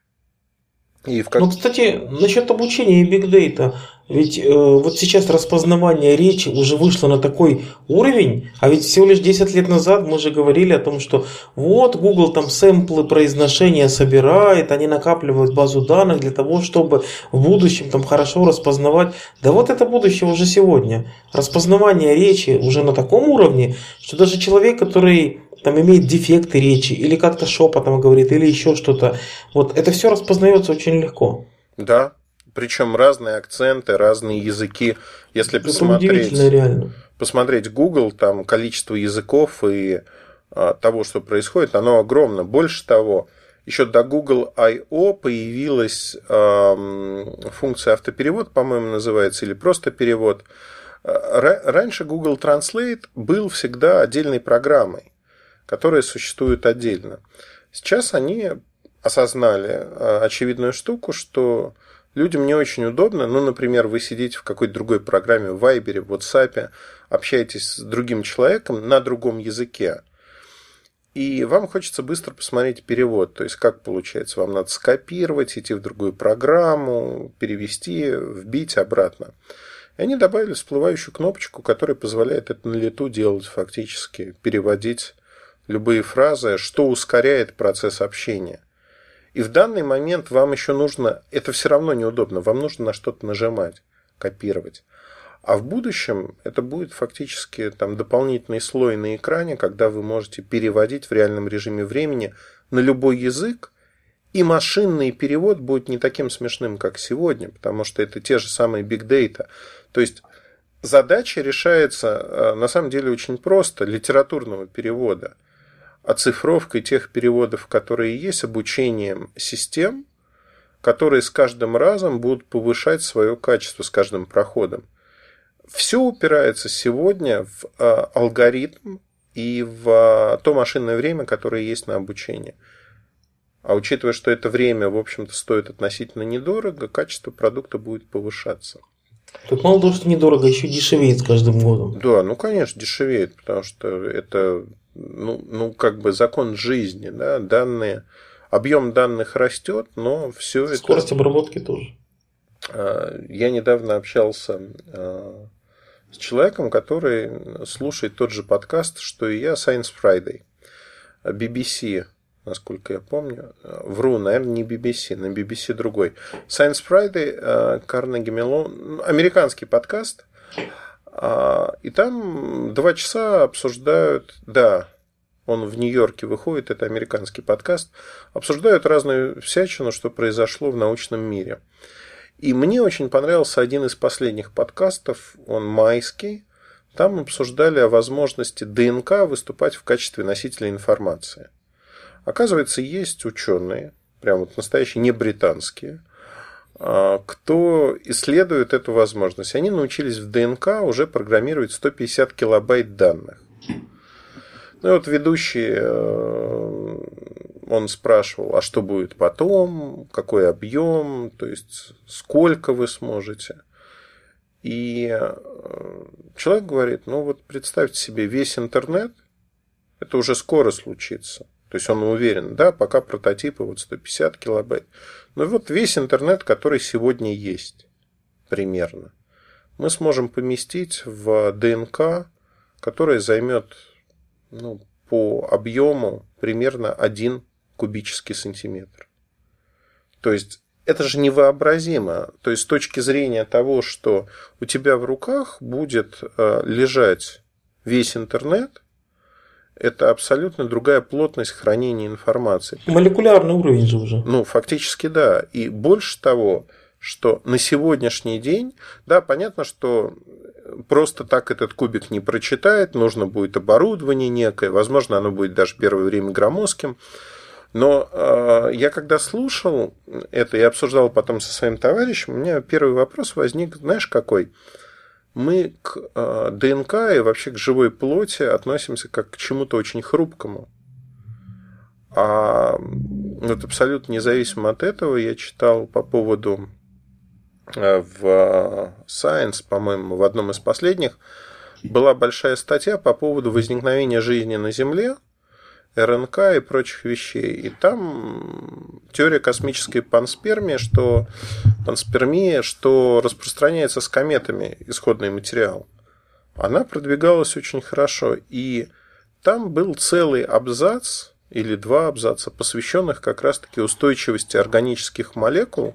Ну, кстати, насчет обучения и Big Data. Ведь вот сейчас распознавание речи уже вышло на такой уровень, а ведь всего лишь 10 лет назад мы же говорили о том, что вот Google там сэмплы произношения собирает, они накапливают базу данных для того, чтобы в будущем там хорошо распознавать. Да вот это будущее уже сегодня. Распознавание речи уже на таком уровне, что даже человек, который там имеет дефекты речи, или как-то шепотом говорит, или еще что-то. Вот это все распознается очень легко. Да, причем разные акценты, разные языки. Если это удивительно, реально. Посмотреть Google, там количество языков и того, что происходит, оно огромно. Больше того, еще до Google I.O. появилась функция автоперевод, по-моему, называется, или просто перевод. Раньше Google Translate был всегда отдельной программой, которые существуют отдельно. Сейчас они осознали очевидную штуку, что людям не очень удобно. Ну, например, вы сидите в какой-то другой программе, в Viber, в WhatsApp, общаетесь с другим человеком на другом языке. И вам хочется быстро посмотреть перевод. То есть, как получается? Вам надо скопировать, идти в другую программу, перевести, вбить обратно. И они добавили всплывающую кнопочку, которая позволяет это на лету делать фактически, переводить любые фразы, что ускоряет процесс общения. И в данный момент вам еще нужно, это все равно неудобно, вам нужно на что-то нажимать, копировать. А в будущем это будет фактически там дополнительный слой на экране, когда вы можете переводить в реальном режиме времени на любой язык, и машинный перевод будет не таким смешным, как сегодня, потому что это те же самые Big Data. То есть задача решается на самом деле очень просто, литературного перевода, оцифровкой тех переводов, которые есть, обучением систем, которые с каждым разом будут повышать свое качество с каждым проходом. Все упирается сегодня в алгоритм и в то машинное время, которое есть на обучение. А учитывая, что это время, в общем-то, стоит относительно недорого, качество продукта будет повышаться. Так мало того, что недорого, еще дешевеет с каждым годом. Да, ну, конечно, дешевеет, потому что это, ну как бы закон жизни, да, данные, объем данных растет, но все это... Скорость обработки тоже. Я недавно общался с человеком, который слушает тот же подкаст, что и я, Science Friday, BBC, насколько я помню. Вру, наверное, не BBC, на BBC другой. Science Friday, Carnegie Mellon, американский подкаст. И там 2 часа обсуждают, да, он в Нью-Йорке выходит, это американский подкаст, обсуждают разную всячину, что произошло в научном мире. И мне очень понравился один из последних подкастов, он майский. Там обсуждали о возможности ДНК выступать в качестве носителя информации. Оказывается, есть ученые, прям вот настоящие, не британские, кто исследует эту возможность. Они научились в ДНК уже программировать 150 килобайт данных. Ну и вот ведущий, он спрашивал, а что будет потом, какой объем, то есть сколько вы сможете. И человек говорит, ну вот представьте себе, весь интернет, это уже скоро случится. То есть он уверен, да, пока прототипы 150 килобайт. Но вот весь интернет, который сегодня есть, примерно, мы сможем поместить в ДНК, которая займет по объему примерно 1 кубический сантиметр. То есть это же невообразимо. То есть с точки зрения того, что у тебя в руках будет лежать весь интернет, это абсолютно другая плотность хранения информации. Молекулярный уровень же уже. Фактически да. И больше того, что на сегодняшний день, да, понятно, что просто так этот кубик не прочитает, нужно будет оборудование некое, возможно, оно будет даже первое время громоздким. Но я когда слушал это и обсуждал потом со своим товарищем, у меня первый вопрос возник, знаешь, какой? Мы к ДНК и вообще к живой плоти относимся как к чему-то очень хрупкому. А вот абсолютно независимо от этого я читал по поводу в Science, по-моему, в одном из последних, была большая статья по поводу возникновения жизни на Земле, РНК и прочих вещей. И там теория космической панспермии, что распространяется с кометами исходный материал, она продвигалась очень хорошо. И там был целый абзац или 2 абзаца, посвященных как раз-таки устойчивости органических молекул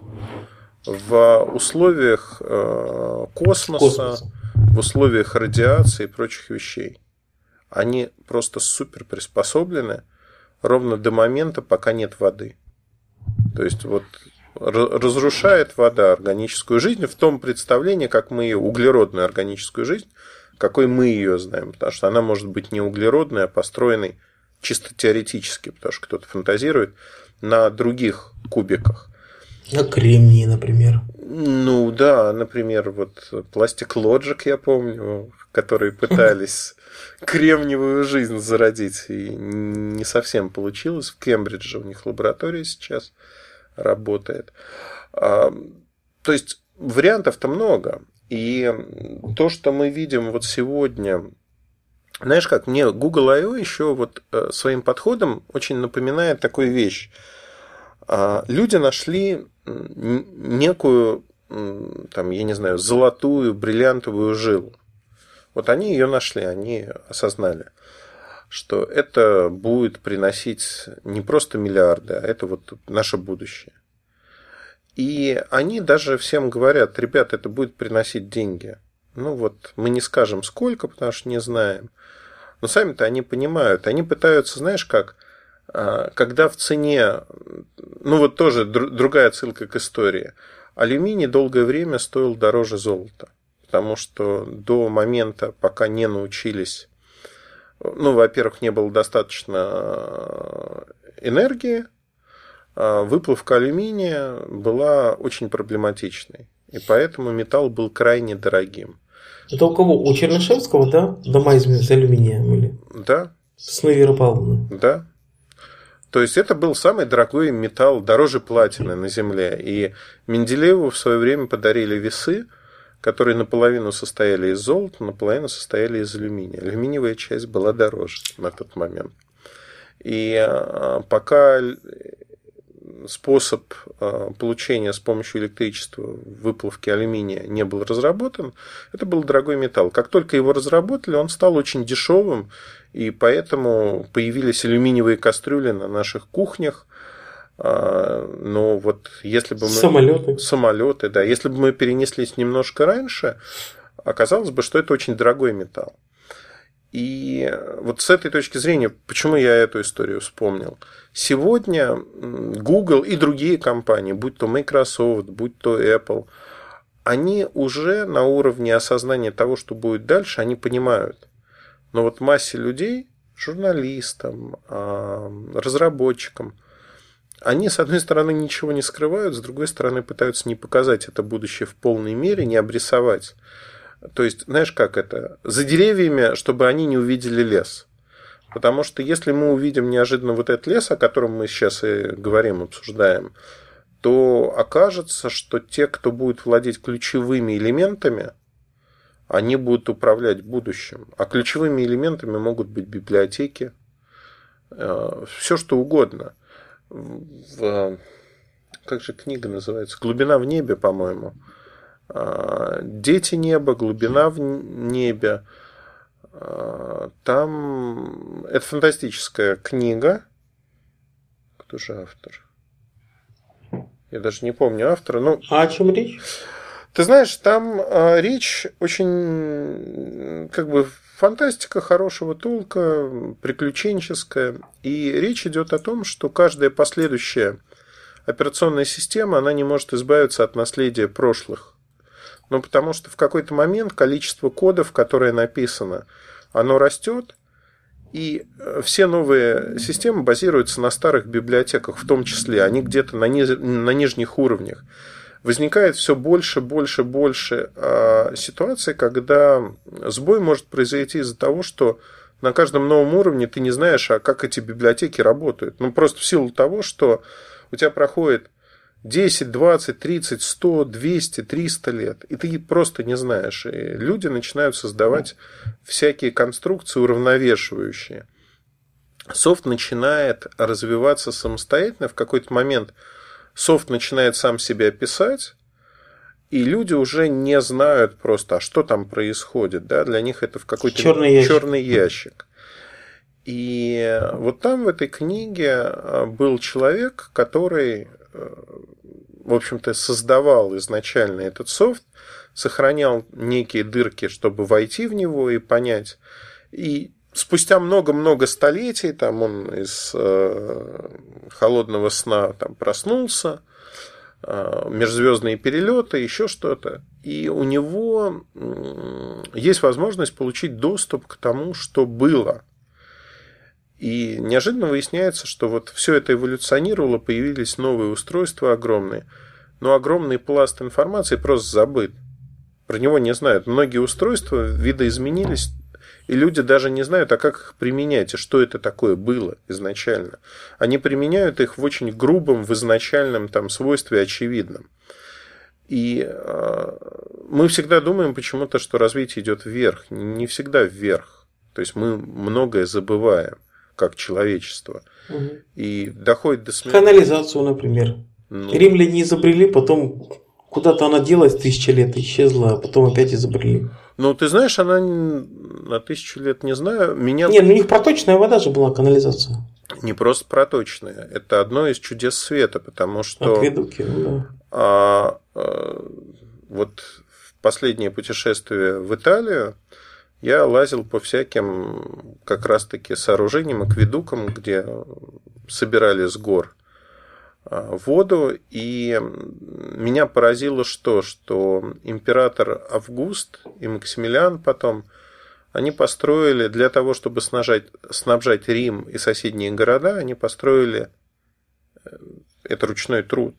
в условиях космоса, в условиях радиации и прочих вещей. Они просто супер приспособлены ровно до момента, пока нет воды. То есть разрушает вода органическую жизнь в том представлении, как мы ее, углеродную органическую жизнь, какой мы ее знаем. Потому что она может быть не углеродной, а построенной чисто теоретически, потому что кто-то фантазирует на других кубиках. На кремнии, например. Да, например, Plastic Logic, я помню, которые пытались кремниевую жизнь зародить, и не совсем получилось. В Кембридже у них лаборатория сейчас работает. То есть вариантов-то много. И то, что мы видим сегодня, знаешь как, мне Google I.O. еще своим подходом очень напоминает такую вещь. Люди нашли некую, я не знаю, золотую, бриллиантовую жилу. Они ее нашли, они осознали, что это будет приносить не просто миллиарды, а это наше будущее. И они даже всем говорят: ребят, это будет приносить деньги. Мы не скажем сколько, потому что не знаем. Но сами-то они понимают. Они пытаются, знаешь как, когда в цене, тоже другая отсылка к истории, алюминий долгое время стоил дороже золота. Потому что до момента, пока не научились, во-первых, не было достаточно энергии, выплавка алюминия была очень проблематичной. И поэтому металл был крайне дорогим. Это у кого? У Чернышевского, да? Дома из алюминия были? Да. Сны Веры Павловны. Да. То есть это был самый дорогой металл, дороже платины на Земле. И Менделееву в свое время подарили весы, которые наполовину состояли из золота, наполовину состояли из алюминия. Алюминиевая часть была дороже на тот момент. И пока способ получения с помощью электричества выплавки алюминия не был разработан, это был дорогой металл. Как только его разработали, он стал очень дешевым, и поэтому появились алюминиевые кастрюли на наших кухнях. Но если бы мы... Самолеты, да. Если бы мы перенеслись немножко раньше, оказалось бы, что это очень дорогой металл. И с этой точки зрения, почему я эту историю вспомнил? Сегодня Google и другие компании, будь то Microsoft, будь то Apple, они уже на уровне осознания того, что будет дальше, они понимают. Но массе людей, журналистам, разработчикам, они, с одной стороны, ничего не скрывают, с другой стороны, пытаются не показать это будущее в полной мере, не обрисовать. То есть, знаешь, как это? За деревьями, чтобы они не увидели лес. Потому что если мы увидим неожиданно этот лес, о котором мы сейчас и говорим, обсуждаем, то окажется, что те, кто будет владеть ключевыми элементами, они будут управлять будущим. А ключевыми элементами могут быть библиотеки, все что угодно. Как же книга называется? «Глубина в небе», по-моему. «Дети неба», «Глубина в небе». Там это фантастическая книга. Кто же автор? Я даже не помню автора. А о чем речь? Ты знаешь, там речь очень как бы фантастика хорошего толка, приключенческая. И речь идет о том, что каждая последующая операционная система, она не может избавиться от наследия прошлых. Ну, потому что в какой-то момент количество кодов, которое написано, оно растет, и все новые системы базируются на старых библиотеках, в том числе. Они где-то на нижних уровнях. Возникает все больше ситуаций, когда сбой может произойти из-за того, что на каждом новом уровне ты не знаешь, а как эти библиотеки работают. Ну, просто в силу того, что у тебя проходит 10, 20, 30, 100, 200, 300 лет, и ты просто не знаешь. И люди начинают создавать всякие конструкции уравновешивающие. Софт начинает развиваться самостоятельно. В какой-то момент софт начинает сам себя писать, и люди уже не знают просто, а что там происходит. Да? Для них это в какой-то черный ящик. И вот там в этой книге был человек, который, в общем-то, создавал изначально этот софт, сохранял некие дырки, чтобы войти в него и понять. И спустя много-много столетий там он из холодного сна там проснулся, межзвездные перелеты, еще что-то. И у него есть возможность получить доступ к тому, что было. И неожиданно выясняется, что вот все это эволюционировало, появились новые устройства огромные, но огромный пласт информации просто забыт. Про него не знают. Многие устройства видоизменились, и люди даже не знают, а как их применять, и что это такое было изначально. Они применяют их в очень грубом, в изначальном там свойстве очевидном. И мы всегда думаем почему-то, что развитие идет вверх. Не всегда вверх. То есть мы многое забываем, как человечество. Угу. И доходит до смерти. Канализацию, например. Римляне изобрели, потом куда-то она делась 1000 лет, исчезла, а потом опять изобрели. Ну, ты знаешь, она на 1000 лет, не знаю. У них проточная вода же была, канализация. Не просто проточная. Это одно из чудес света, потому что... Акведуки, да. Вот в последнее путешествие в Италию я лазил по всяким как раз-таки сооружениям, акведукам, где собирали с гор воду, и меня поразило что император Август и Максимилиан потом, они построили для того, чтобы снабжать Рим и соседние города, они построили, это ручной труд,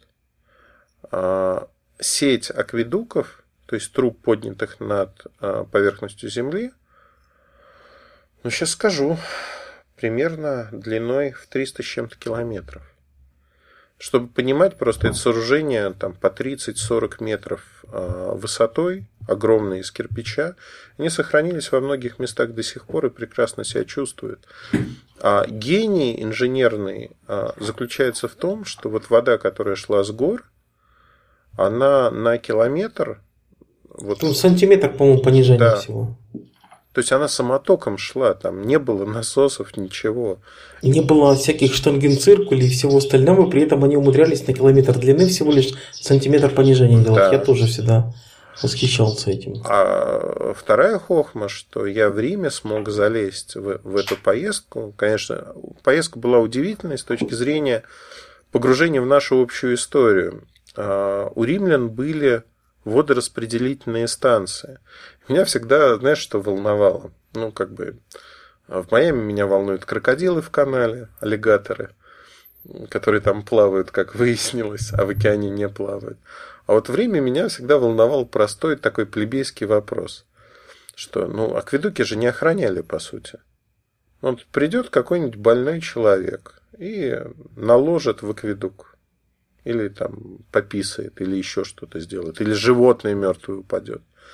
сеть акведуков, то есть труб, поднятых над поверхностью земли, ну, сейчас скажу, примерно длиной в 300 с чем-то километров. Чтобы понимать, просто это сооружение там, по 30-40 метров высотой, огромные из кирпича, они сохранились во многих местах до сих пор и прекрасно себя чувствуют. А гений инженерный заключается в том, что вот вода, которая шла с гор, она на километр... Вот, сантиметр, по-моему, понижения всего. То есть она самотоком шла, там не было насосов, ничего. Не было всяких штангенциркулей и всего остального, и при этом они умудрялись на километр длины всего лишь сантиметр понижения делать. Да. Я тоже всегда восхищался этим. А вторая хохма, что я в Риме смог залезть в эту поездку. Конечно, поездка была удивительной с точки зрения погружения в нашу общую историю. У римлян были водораспределительные станции. Меня всегда, знаешь, что волновало? Ну, как бы в Майами меня волнуют крокодилы в канале, аллигаторы, которые там плавают, как выяснилось, а в океане не плавают. А вот в Риме меня всегда волновал простой такой плебейский вопрос, что, акведуки же не охраняли, по сути. Вот придет какой-нибудь больной человек и наложит в акведук. Или там пописает, или еще что-то сделает, или животное мертвое упадет.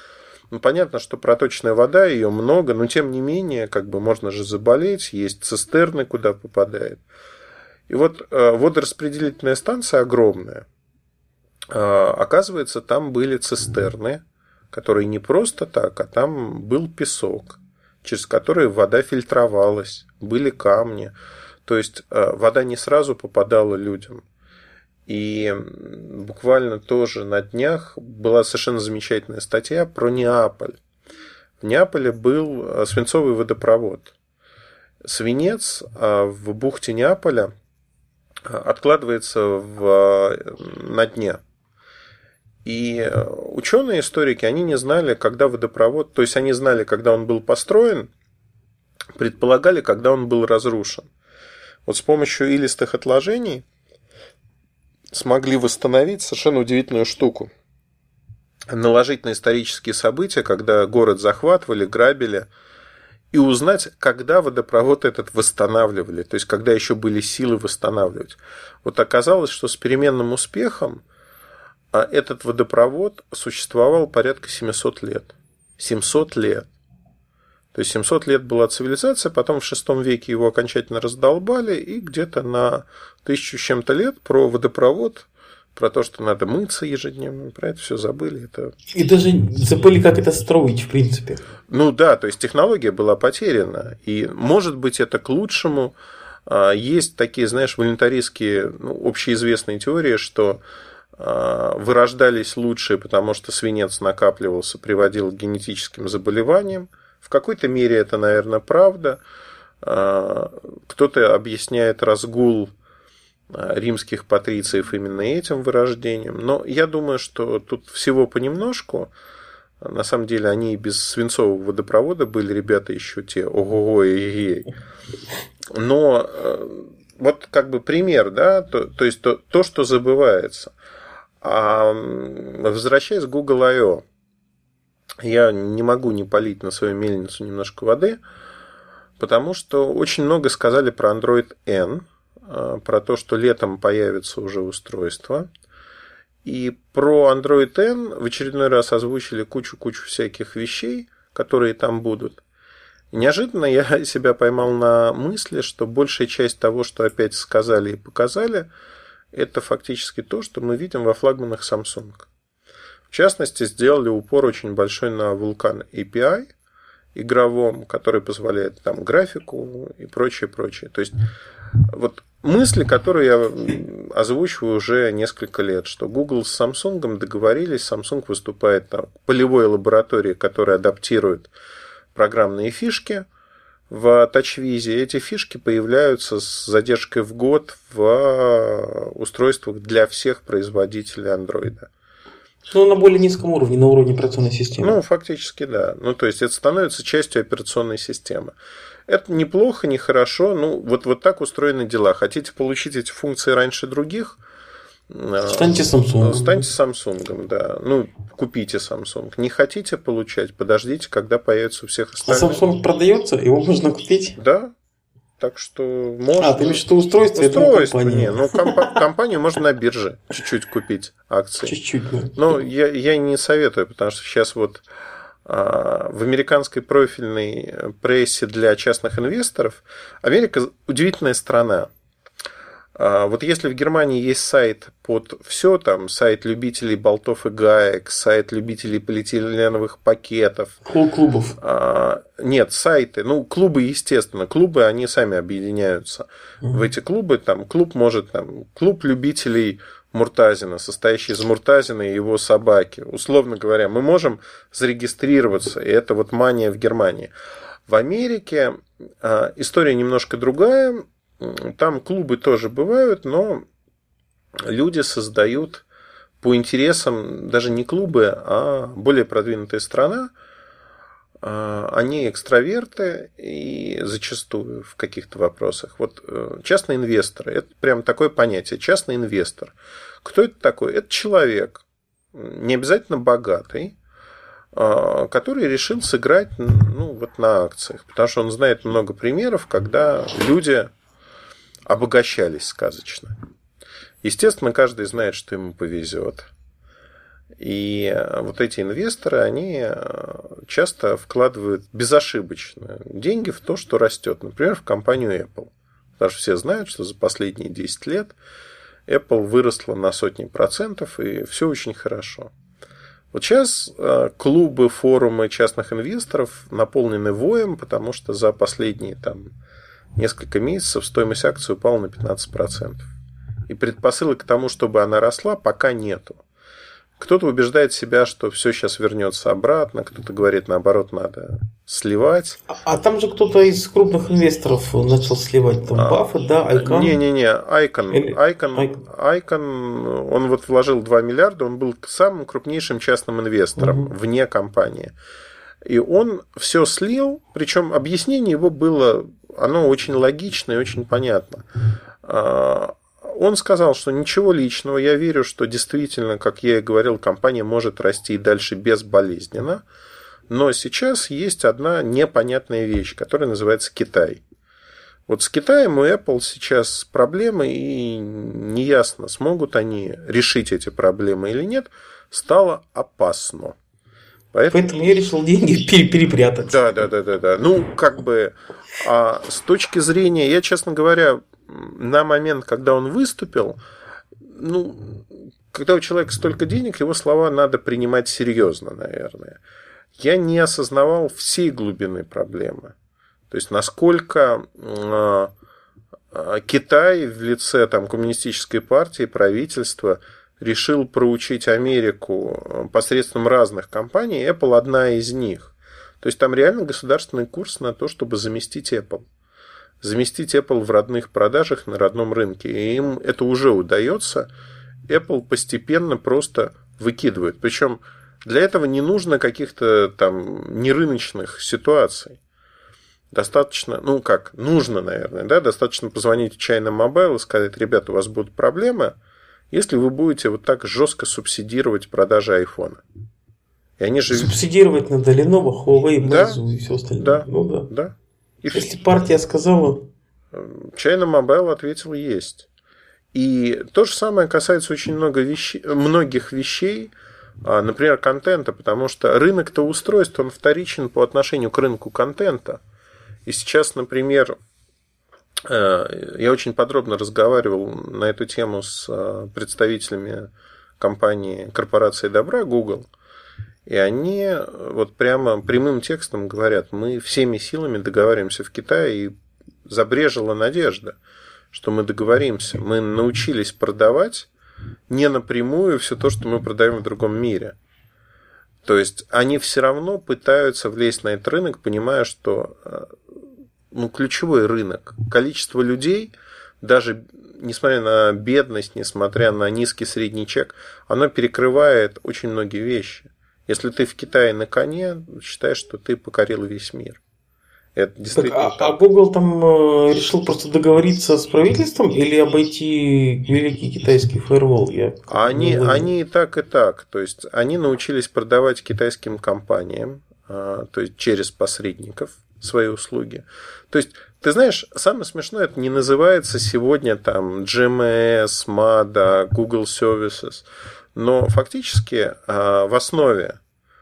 Ну, понятно, что проточная вода, ее много, но тем не менее, как бы можно же заболеть, есть цистерны, куда попадает. И вот водораспределительная станция огромная. Оказывается, там были цистерны, которые не просто так, а там был песок, через который вода фильтровалась, были камни. То есть вода не сразу попадала людям. И буквально тоже на днях была совершенно замечательная статья про Неаполь. В Неаполе был свинцовый водопровод. Свинец в бухте Неаполя откладывается на дне. И ученые, историки, они не знали, когда водопровод, то есть они знали, когда он был построен, предполагали, когда он был разрушен. Вот с помощью илистых отложений смогли восстановить совершенно удивительную штуку. Наложить на исторические события, когда город захватывали, грабили, и узнать, когда водопровод этот восстанавливали, то есть когда еще были силы восстанавливать. Вот оказалось, что с переменным успехом этот водопровод существовал порядка 700 лет. 700 лет. То есть 700 лет была цивилизация, потом в VI веке его окончательно раздолбали, и где-то на 1000 с чем-то лет про водопровод, про то, что надо мыться ежедневно, про это все забыли. И даже забыли, как это строить, в принципе. Ну да, то есть технология была потеряна. И может быть это к лучшему. Есть такие, знаешь, волюнтаристские, общеизвестные теории, что вырождались лучшие, потому что свинец накапливался, приводил к генетическим заболеваниям. В какой-то мере это, наверное, правда. Кто-то объясняет разгул римских патрициев именно этим вырождением. Но я думаю, что тут всего понемножку. На самом деле они и без свинцового водопровода были ребята еще те ого-го и ей. Но вот как бы пример, да, то есть то, что забывается. А возвращаясь к Google I.O., я не могу не полить на свою мельницу немножко воды, потому что очень много сказали про Android N, про то, что летом появится уже устройство. И про Android N в очередной раз озвучили кучу-кучу всяких вещей, которые там будут. И неожиданно я себя поймал на мысли, что большая часть того, что опять сказали и показали, это фактически то, что мы видим во флагманах Samsung. В частности, сделали упор очень большой на Vulkan API игровом, который позволяет там графику и прочее. То есть вот мысли, которые я озвучиваю уже несколько лет, что Google с Samsung договорились, Samsung выступает там полевой лабораторией, которая адаптирует программные фишки в TouchWiz. Эти фишки появляются с задержкой в год в устройствах для всех производителей Android. Ну, на более низком уровне, на уровне операционной системы. Ну, фактически, да. Ну, то есть, это становится частью операционной системы. Это неплохо, не хорошо. Ну, вот так устроены дела. Хотите получить эти функции раньше других? Станьте Samsung. Станьте Samsung, да. Ну, купите Samsung. Не хотите получать? Подождите, когда появится у всех остальных. А Samsung продается? Его можно купить? Да. Так что можно. Ты имеешь в виду устройство? Не, компанию можно на бирже чуть-чуть купить акции. Чуть-чуть, да. Но я не советую, потому что сейчас вот в американской профильной прессе для частных инвесторов Америка удивительная страна. Вот если в Германии есть сайт под все, там сайт любителей болтов и гаек, сайт любителей полиэтиленовых пакетов. Клубов. Нет, сайты. Ну, клубы, естественно. Клубы, они сами объединяются в эти клубы. Там клуб может, клуб любителей Муртазина, состоящий из Муртазина и его собаки. Условно говоря, мы можем зарегистрироваться. И это вот мания в Германии. В Америке история немножко другая. Там клубы тоже бывают, но люди создают по интересам даже не клубы, а более продвинутая страна. Они экстраверты и зачастую в каких-то вопросах. Вот частные инвесторы, это прям такое понятие, частный инвестор. Кто это такой? Это человек, не обязательно богатый, который решил сыграть вот на акциях, потому что он знает много примеров, когда люди обогащались сказочно. Естественно, каждый знает, что ему повезет. И вот эти инвесторы, они часто вкладывают безошибочно деньги в то, что растет. Например, в компанию Apple. Потому что все знают, что за последние 10 лет Apple выросла на сотни процентов, и все очень хорошо. Вот сейчас клубы, форумы частных инвесторов наполнены воем, потому что за последние несколько месяцев стоимость акций упала на 15%. И предпосылок к тому, чтобы она росла, пока нету. Кто-то убеждает себя, что все сейчас вернется обратно, кто-то говорит, наоборот, надо сливать. А там же кто-то из крупных инвесторов начал сливать, там Баффет, да, Айкон? Не-не-не, Айкон, он вот вложил 2 миллиарда, он был самым крупнейшим частным инвестором вне компании. И он все слил, причем объяснение его было, оно очень логично и очень понятно. Он сказал, что ничего личного, я верю, что действительно, как я и говорил, компания может расти и дальше безболезненно, но сейчас есть одна непонятная вещь, которая называется Китай. Вот с Китаем у Apple сейчас проблемы, и неясно, смогут они решить эти проблемы или нет, стало опасно. Поэтому я решил деньги перепрятать. Да. Ну, с точки зрения, я, честно говоря, на момент, когда он выступил, когда у человека столько денег, его слова надо принимать серьезно, наверное. Я не осознавал всей глубины проблемы. То есть, насколько Китай в лице коммунистической партии, правительства решил проучить Америку посредством разных компаний. Apple одна из них. То есть, там реально государственный курс на то, чтобы заместить Apple. Заместить Apple в родных продажах на родном рынке. И им это уже удается. Apple постепенно просто выкидывает. Причем для этого не нужно каких-то нерыночных ситуаций. Достаточно, нужно, наверное, достаточно позвонить в China Mobile и сказать, ребята, у вас будут проблемы, если вы будете вот так жестко субсидировать продажи айфона. И они же... Субсидировать надо Lenovo, Huawei, Meizu и все остальное. Да. Если партия сказала... China Mobile ответил есть. И то же самое касается очень многих вещей, например, контента, потому что рынок-то устройств, он вторичен по отношению к рынку контента. И сейчас, например, я очень подробно разговаривал на эту тему с представителями компании корпорации добра Google, и они вот прямо прямым текстом говорят, мы всеми силами договариваемся в Китае, и забрежила надежда, что мы договоримся. Мы научились продавать не напрямую все то, что мы продаем в другом мире. То есть, они все равно пытаются влезть на этот рынок, понимая, что ключевой рынок. Количество людей, даже несмотря на бедность, несмотря на низкий средний чек, оно перекрывает очень многие вещи. Если ты в Китае на коне, считай, что ты покорил весь мир. Это действительно так. А Google там решил просто договориться с правительством или обойти великий китайский фаервол? Они и так, и так. То есть, они научились продавать китайским компаниям, то есть, через посредников свои услуги. То есть, ты знаешь, самое смешное, это не называется сегодня GMS, MADA, Google Services, но фактически в основе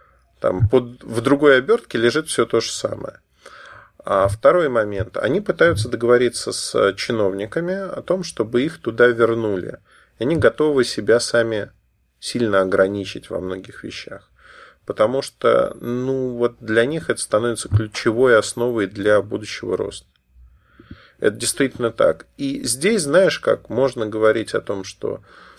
в другой обертке лежит все то же самое. А второй момент. Они пытаются договориться с чиновниками о том, чтобы их туда вернули. И они готовы себя сами сильно ограничить во многих вещах. Потому что для них это становится ключевой основой для будущего роста. Это действительно так. И здесь, знаешь, как можно говорить о том, что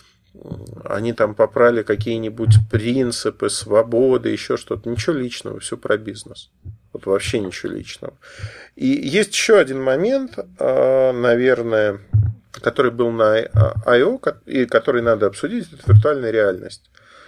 они попрали какие-нибудь принципы, свободы, еще что-то. Ничего личного, все про бизнес. Вот вообще ничего личного. И есть еще один момент, наверное, который был на I.O., и который надо обсудить, это виртуальная реальность.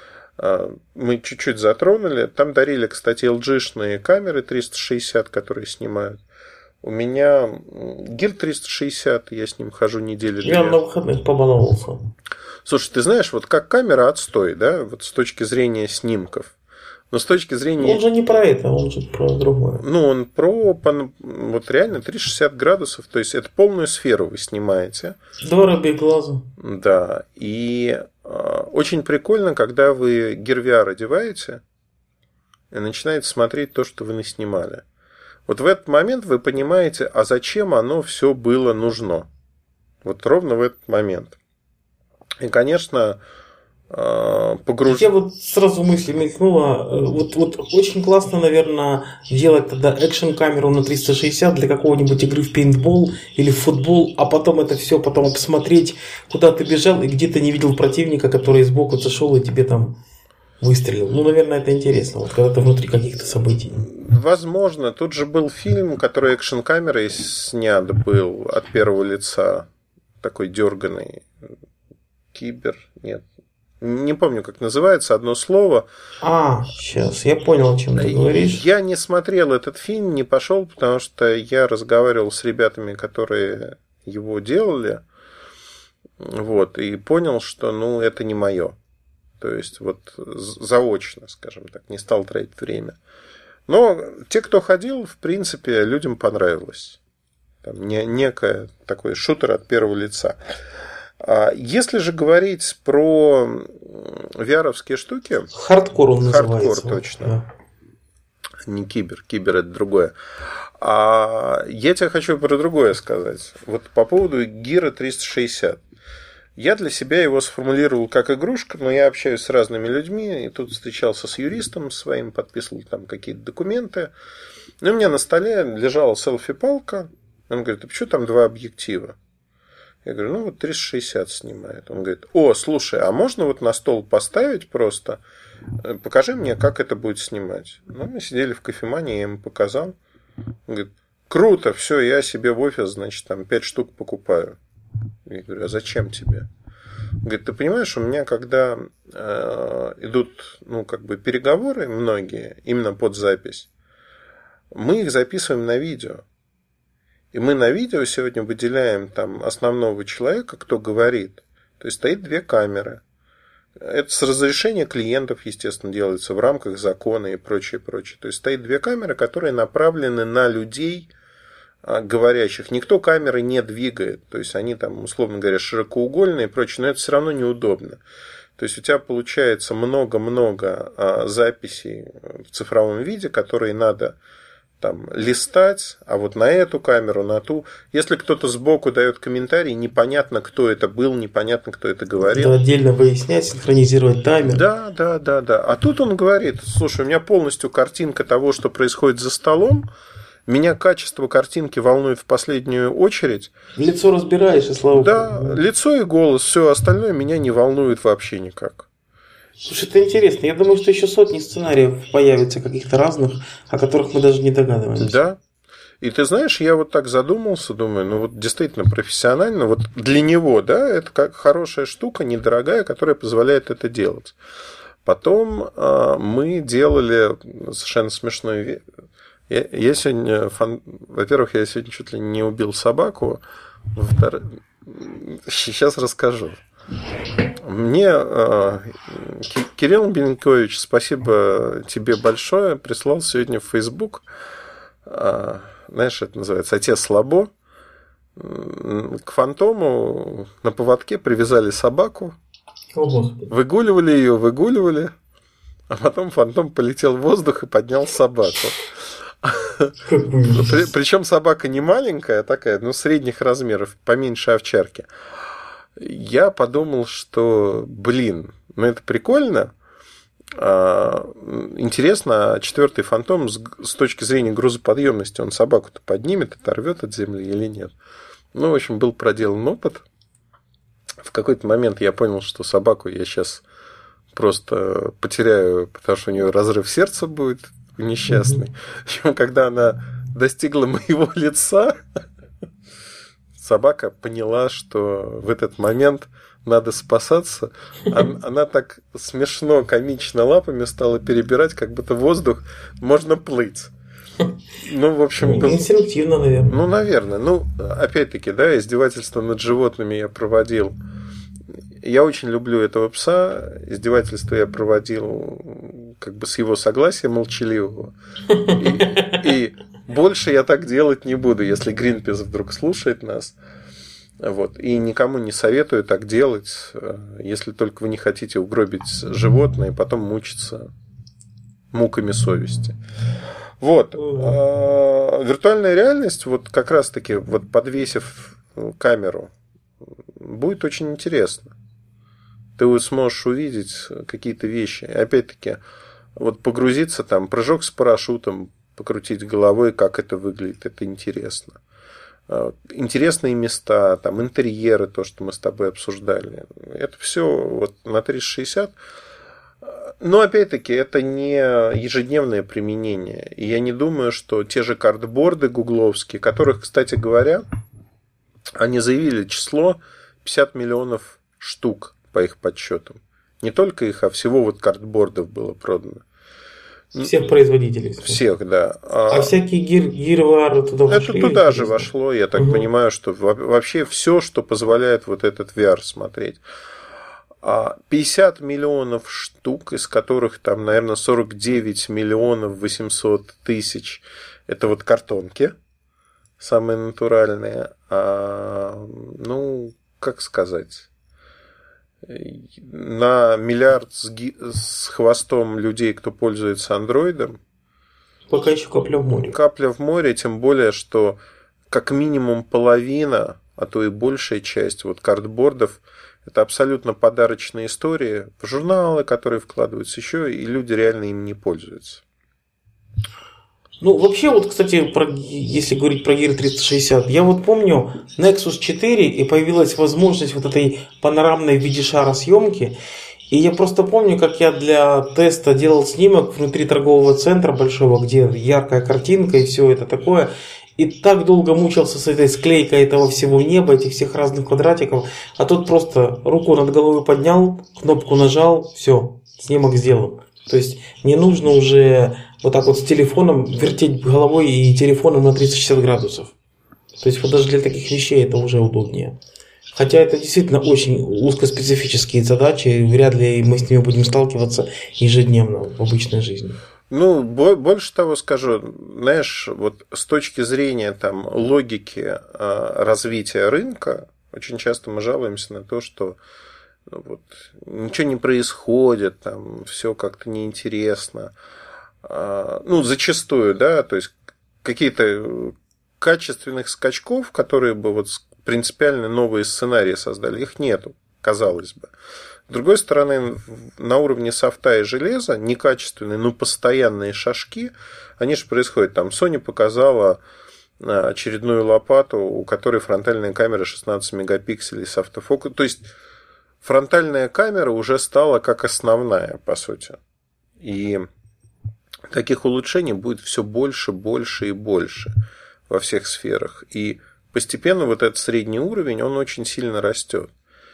Мы чуть-чуть затронули. Там дарили, кстати, LG-шные камеры 360, которые снимают. У меня Gear 360, я с ним хожу неделю. Я на выходных побаловался. Слушай, ты знаешь, вот как камера отстой, да, вот с точки зрения снимков. Но с точки зрения... Он же не про это, он же про другое. Он вот реально 360 градусов, то есть это полную сферу вы снимаете. 2 рыбьих глаза. Да, и Очень прикольно, когда вы гир-VR одеваете и начинаете смотреть то, что вы наснимали. Вот в этот момент вы понимаете, а зачем оно все было нужно. Вот ровно в этот момент. И, конечно, погружение... Я вот сразу мысль мелькнула. Вот очень классно, наверное, делать тогда экшн-камеру на 360 для какого-нибудь игры в пейнтбол или в футбол, а потом это все потом посмотреть, куда ты бежал и где ты не видел противника, который сбоку зашел и тебе там выстрелил. Ну, наверное, это интересно, вот когда ты внутри каких-то событий. Возможно. Тут же был фильм, который экшн-камерой снят был от первого лица. Такой дерганый. Кибер? Нет. Не помню, как называется, одно слово. Сейчас, я понял, о чем ты говоришь. Я не смотрел этот фильм, не пошел, потому что я разговаривал с ребятами, которые его делали. Вот, и понял, что это не мое. То есть, вот заочно, скажем так, не стал тратить время. Но те, кто ходил, в принципе, людям понравилось. Там некое такой шутер от первого лица. Если же говорить про VR-овские штуки... Хардкор он называется. Хардкор, точно. Да. Не кибер. Кибер – это другое. Я тебе хочу про другое сказать. Вот по поводу Gear 360. Я для себя его сформулировал как игрушка, но я общаюсь с разными людьми, и тут встречался с юристом своим, подписывал там какие-то документы. И у меня на столе лежала селфи-палка. Он говорит, а почему там 2 объектива? Я говорю, вот 360 снимает. Он говорит, слушай, а можно вот на стол поставить просто? Покажи мне, как это будет снимать. Мы сидели в кофемании, я ему показал. Он говорит, круто, все, я себе в офис, значит, там 5 штук покупаю. Я говорю, а зачем тебе? Он говорит, ты понимаешь, у меня когда идут, переговоры многие, именно под запись, мы их записываем на видео. И мы на видео сегодня выделяем там основного человека, кто говорит. То есть стоит 2 камеры. Это с разрешения клиентов, естественно, делается в рамках закона и прочее, прочее. То есть стоит 2 камеры, которые направлены на людей говорящих. Никто камеры не двигает. То есть они там, условно говоря, широкоугольные и прочее, но это все равно неудобно. То есть у тебя получается много-много записей в цифровом виде, которые надо там листать, а вот на эту камеру, на ту. Если кто-то сбоку дает комментарий, непонятно, кто это был, непонятно, кто это говорил. Это отдельно выяснять, синхронизировать таймер. Да. А тут он говорит, слушай, у меня полностью картинка того, что происходит за столом. Меня качество картинки волнует в последнюю очередь. Лицо разбираешь, и слава богу. Да, лицо и голос, все остальное меня не волнует вообще никак. Слушай, это интересно. Я думаю, что еще сотни сценариев появится каких-то разных, о которых мы даже не догадываемся. Да. И ты знаешь, я вот так задумался, думаю, действительно профессионально, вот для него, да, это как хорошая штука, недорогая, которая позволяет это делать. Потом мы делали совершенно смешную вещь. Я сегодня, во-первых, я сегодня чуть ли не убил собаку. Сейчас расскажу. Мне Кирилл Бенькович, спасибо тебе большое, прислал сегодня в Facebook, знаешь, это называется «Отец слабо». К фантому на поводке привязали собаку, выгуливали ее, а потом фантом полетел в воздух и поднял собаку. Причем собака не маленькая, а такая, средних размеров, поменьше овчарки. Я подумал, что, это прикольно. Интересно, а 4-й фантом с точки зрения грузоподъемности, он собаку-то поднимет, оторвет от земли или нет? В общем, был проделан опыт. В какой-то момент я понял, что собаку я сейчас просто потеряю, потому что у нее разрыв сердца будет несчастный. Причем, когда она достигла моего лица, собака поняла, что в этот момент надо спасаться. Она так смешно, комично лапами стала перебирать, как будто воздух можно плыть. В общем... Инстинктивно, наверное. Наверное. Опять-таки, да, издевательство над животными я проводил. Я очень люблю этого пса. Издевательство я проводил с его согласия молчаливого. И больше я так делать не буду, если Greenpeace вдруг слушает нас. Вот. И никому не советую так делать, если только вы не хотите угробить животное и потом мучиться муками совести. Вот. Виртуальная реальность, вот как раз-таки, вот подвесив камеру, будет очень интересно. Ты сможешь увидеть какие-то вещи. И опять-таки, вот погрузиться там, прыжок с парашютом, покрутить головой, как это выглядит, это интересно. Интересные места, там, интерьеры, то, что мы с тобой обсуждали. Это все вот на 360. Но, опять-таки, это не ежедневное применение. И я не думаю, что те же картборды гугловские, которых, кстати говоря, они заявили число 50 миллионов штук по их подсчетам. Не только их, а всего вот картбордов было продано. Всех производителей. Всех, да. А всякие GearVR туда вошли? Это туда же вошло. Я так понимаю, что вообще все, что позволяет вот этот VR смотреть. 50 миллионов штук, из которых там, наверное, 49 миллионов 800 тысяч это вот картонки. Самые натуральные. Ну, как сказать... На миллиард с хвостом людей, кто пользуется андроидом, пока еще капля в море. Капля в море, тем более, что как минимум половина, а то и большая часть вот картбордов это абсолютно подарочные истории в журналы, которые вкладываются еще, и люди реально им не пользуются. Ну, вообще, вот, кстати, если говорить про Gear 360, я вот помню Nexus 4, и появилась возможность вот этой панорамной в виде шара съемки. И я просто помню, как я для теста делал снимок внутри торгового центра большого, где яркая картинка и все это такое. И так долго мучился с этой склейкой этого всего неба, этих всех разных квадратиков. А тут просто руку над головой поднял, кнопку нажал, все, снимок сделан. То есть не нужно уже вот так вот с телефоном вертеть головой и телефоном на 360 градусов. То есть вот даже для таких вещей это уже удобнее. Хотя это действительно очень узкоспецифические задачи, вряд ли мы с ними будем сталкиваться ежедневно в обычной жизни. Ну, больше того скажу, знаешь, вот с точки зрения там, логики развития рынка, очень часто мы жалуемся на то, что вот, ничего не происходит, там все как-то неинтересно. Ну, зачастую, да, то есть какие-то качественных скачков, которые бы вот принципиально новые сценарии создали, их нету, казалось бы. С другой стороны, на уровне софта и железа некачественные, но постоянные шажки, они же происходят. Там Sony показала очередную лопату, у которой фронтальная камера 16 мегапикселей с автофокусом. То есть фронтальная камера уже стала как основная, по сути. И таких улучшений будет все больше, больше и больше во всех сферах. И постепенно вот этот средний уровень, он очень сильно растет.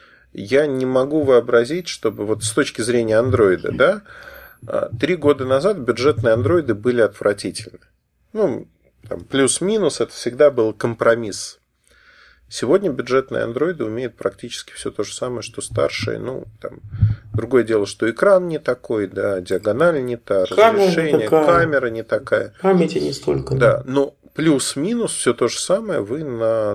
Я не могу вообразить, чтобы вот с точки зрения андроида, да, 3 года назад бюджетные андроиды были отвратительны. Ну, там, плюс-минус, это всегда был компромисс. Сегодня бюджетные андроиды умеют практически все то же самое, что старшие. Ну, там, другое дело, что экран не такой, да, диагональ не та, разрешение, камера не такая. Памяти не столько. Да, но плюс-минус все то же самое вы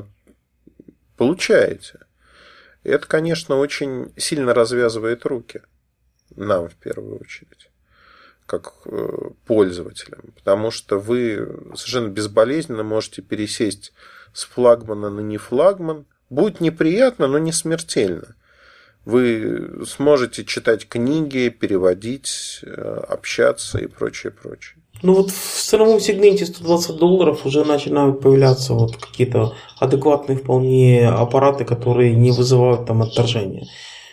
получаете. И это, конечно, очень сильно развязывает руки. Нам, в первую очередь, как пользователям. Потому что вы совершенно безболезненно можете пересесть с флагмана на нефлагман. Будет неприятно, но не смертельно. Вы сможете читать книги, переводить, общаться и прочее, прочее. Ну вот в ценовом сегменте $120 уже начинают появляться вот какие-то адекватные вполне аппараты, которые не вызывают там отторжения.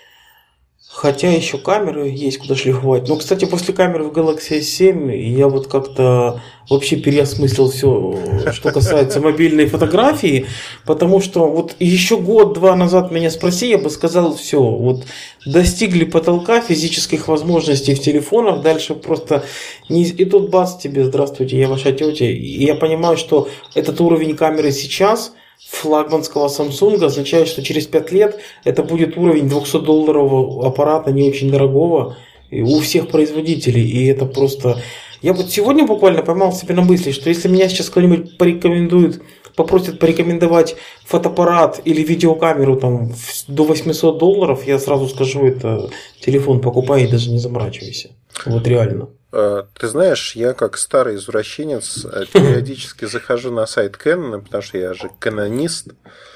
Хотя еще камеры есть куда шлифовать. Но, кстати, после камеры в Galaxy S7 я вот как-то вообще переосмыслил все, что касается мобильной фотографии, потому что вот еще год-два назад меня спроси, я бы сказал, все, вот достигли потолка физических возможностей в телефонах, дальше просто не... И тут бац тебе, здравствуйте, я ваша тетя. И я понимаю, что этот уровень камеры сейчас флагманского Samsung означает, что через 5 лет это будет уровень $200 аппарата, не очень дорогого, у всех производителей. И это просто... Я вот сегодня буквально поймал себе на мысли, что если меня сейчас кто-нибудь порекомендует попросят порекомендовать фотоаппарат или видеокамеру там, до $800, я сразу скажу, это телефон покупай и даже не заморачивайся. Вот реально. Ты знаешь, я как старый извращенец периодически захожу на сайт Canon, потому что я же канонист.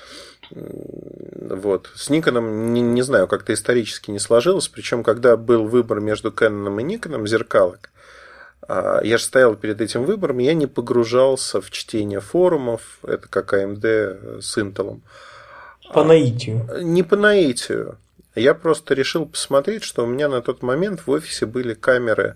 Вот. С Никоном не знаю, как-то исторически не сложилось. Причем, когда был выбор между Canon и Никоном зеркалок, я же стоял перед этим выбором, я не погружался в чтение форумов, это как AMD с Intel. По наитию. Не по наитию. Я просто решил посмотреть, что у меня на тот момент в офисе были камеры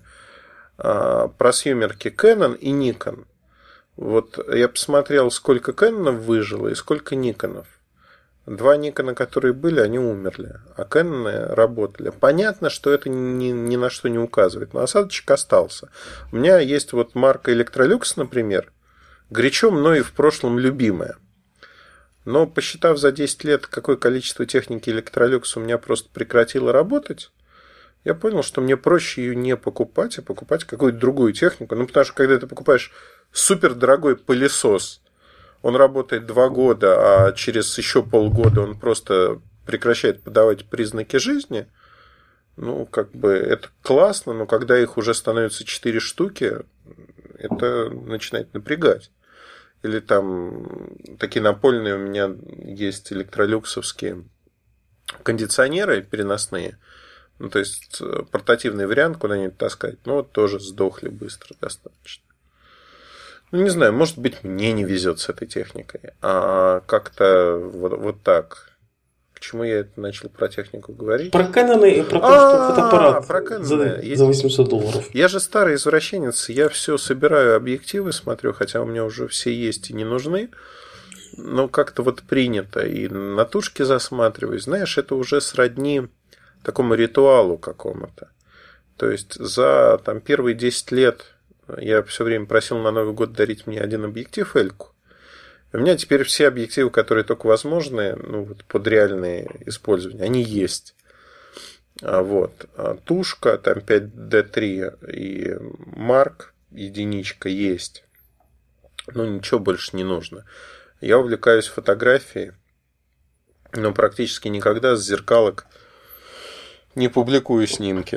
просъемерки Canon и Nikon. Вот я посмотрел, сколько Canon выжило и сколько Никонов. 2 Никона, которые были, они умерли, а Canon работали. Понятно, что это ни на что не указывает, но осадочек остался. У меня есть вот марка Electrolux, например, горячо мной в прошлом любимая. Но посчитав за 10 лет, какое количество техники Electrolux у меня просто прекратило работать, я понял, что мне проще ее не покупать, а покупать какую-то другую технику. Ну, потому что, когда ты покупаешь супердорогой пылесос, он работает 2 года, а через еще полгода он просто прекращает подавать признаки жизни, ну, как бы, это классно, но когда их уже становится 4 штуки, это начинает напрягать. Или там такие напольные у меня есть электролюксовские кондиционеры переносные. Ну, то есть портативный вариант куда-нибудь таскать, но вот тоже сдохли быстро достаточно. Ну, не знаю, может быть, мне не везет с этой техникой. А как-то вот так. Почему я это начал про технику говорить? Про Canon и про то, что фотоаппарат про Canon. за $800. Я же старый извращенец, я все собираю объективы, смотрю, хотя у меня уже все есть и не нужны. Но как-то вот принято. И на тушки засматриваюсь. Знаешь, это уже сродни такому ритуалу какому-то. То есть за там, первые 10 лет я все время просил на Новый год дарить мне один объектив Эльку. У меня теперь все объективы, которые только возможны, ну, вот, под реальное использование, они есть. Вот. Тушка, там 5D3 и Марк, единичка есть. Ну, ничего больше не нужно. Я увлекаюсь фотографией, но практически никогда с зеркалок не публикую снимки.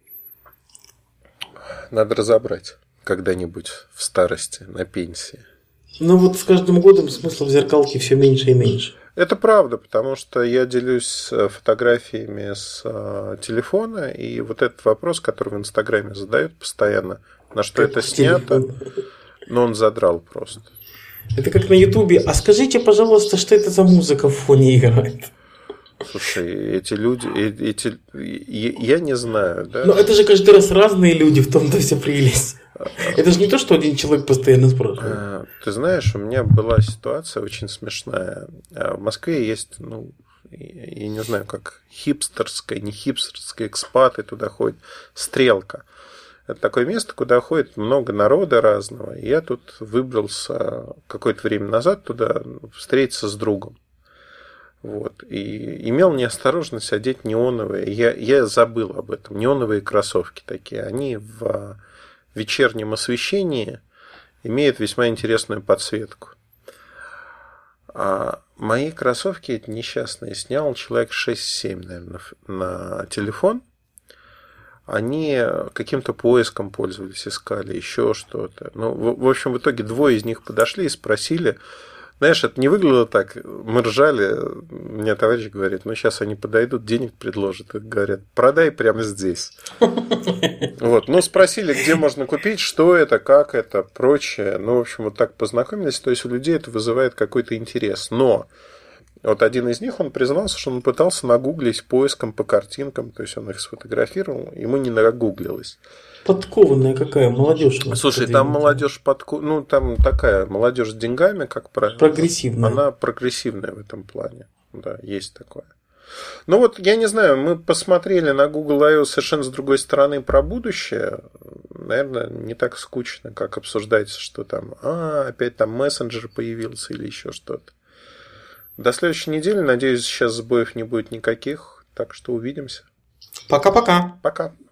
Надо разобрать когда-нибудь в старости, на пенсии. Ну вот с каждым годом смысла в зеркалке все меньше и меньше. Это правда, потому что я делюсь фотографиями с телефона, и вот этот вопрос, который в Инстаграме задают постоянно, на что как это снято, но он задрал просто. Это как на Ютубе. А скажите, пожалуйста, что это за музыка в фоне играет? Слушай, эти люди, я не знаю, да? Но это же каждый раз разные люди, в том-то вся прелесть. Это же не то, что один человек постоянно спрашивает. Ты знаешь, у меня была ситуация очень смешная. В Москве есть, ну, я не знаю, как хипстерская, не хипстерская, экспаты туда ходят, Стрелка. Это такое место, куда ходит много народа разного. И я тут выбрался какое-то время назад туда встретиться с другом. Вот. И имел неосторожность одеть неоновые. Я забыл об этом. Неоновые кроссовки такие. Они в вечернем освещении имеют весьма интересную подсветку. А мои кроссовки эти несчастные снял человек 6-7, наверное, на телефон. Они каким-то поиском пользовались, искали еще что-то. Ну, в общем, в итоге 2 из них подошли и спросили. Знаешь, это не выглядело так. Мы ржали. Мне товарищ говорит, ну, сейчас они подойдут, денег предложат. И говорят, продай прямо здесь. Вот. Ну, спросили, где можно купить, что это, как это, прочее. Ну, в общем, вот так познакомились. То есть, у людей это вызывает какой-то интерес. Но вот один из них, он признался, что он пытался нагуглить поиском по картинкам. То есть, он их сфотографировал. Ему не нагуглилось. Подкованная какая молодежь. Слушай, там молодежь ну, там такая молодежь с деньгами, как правило. Прогрессивная. Она прогрессивная в этом плане. Да, есть такое. Ну вот, я не знаю, мы посмотрели на Google I.O. совершенно с другой стороны про будущее. Наверное, не так скучно, как обсуждается, что там, опять там мессенджер появился или еще что-то. До следующей недели, надеюсь, сейчас сбоев не будет никаких. Так что увидимся. Пока-пока. Пока.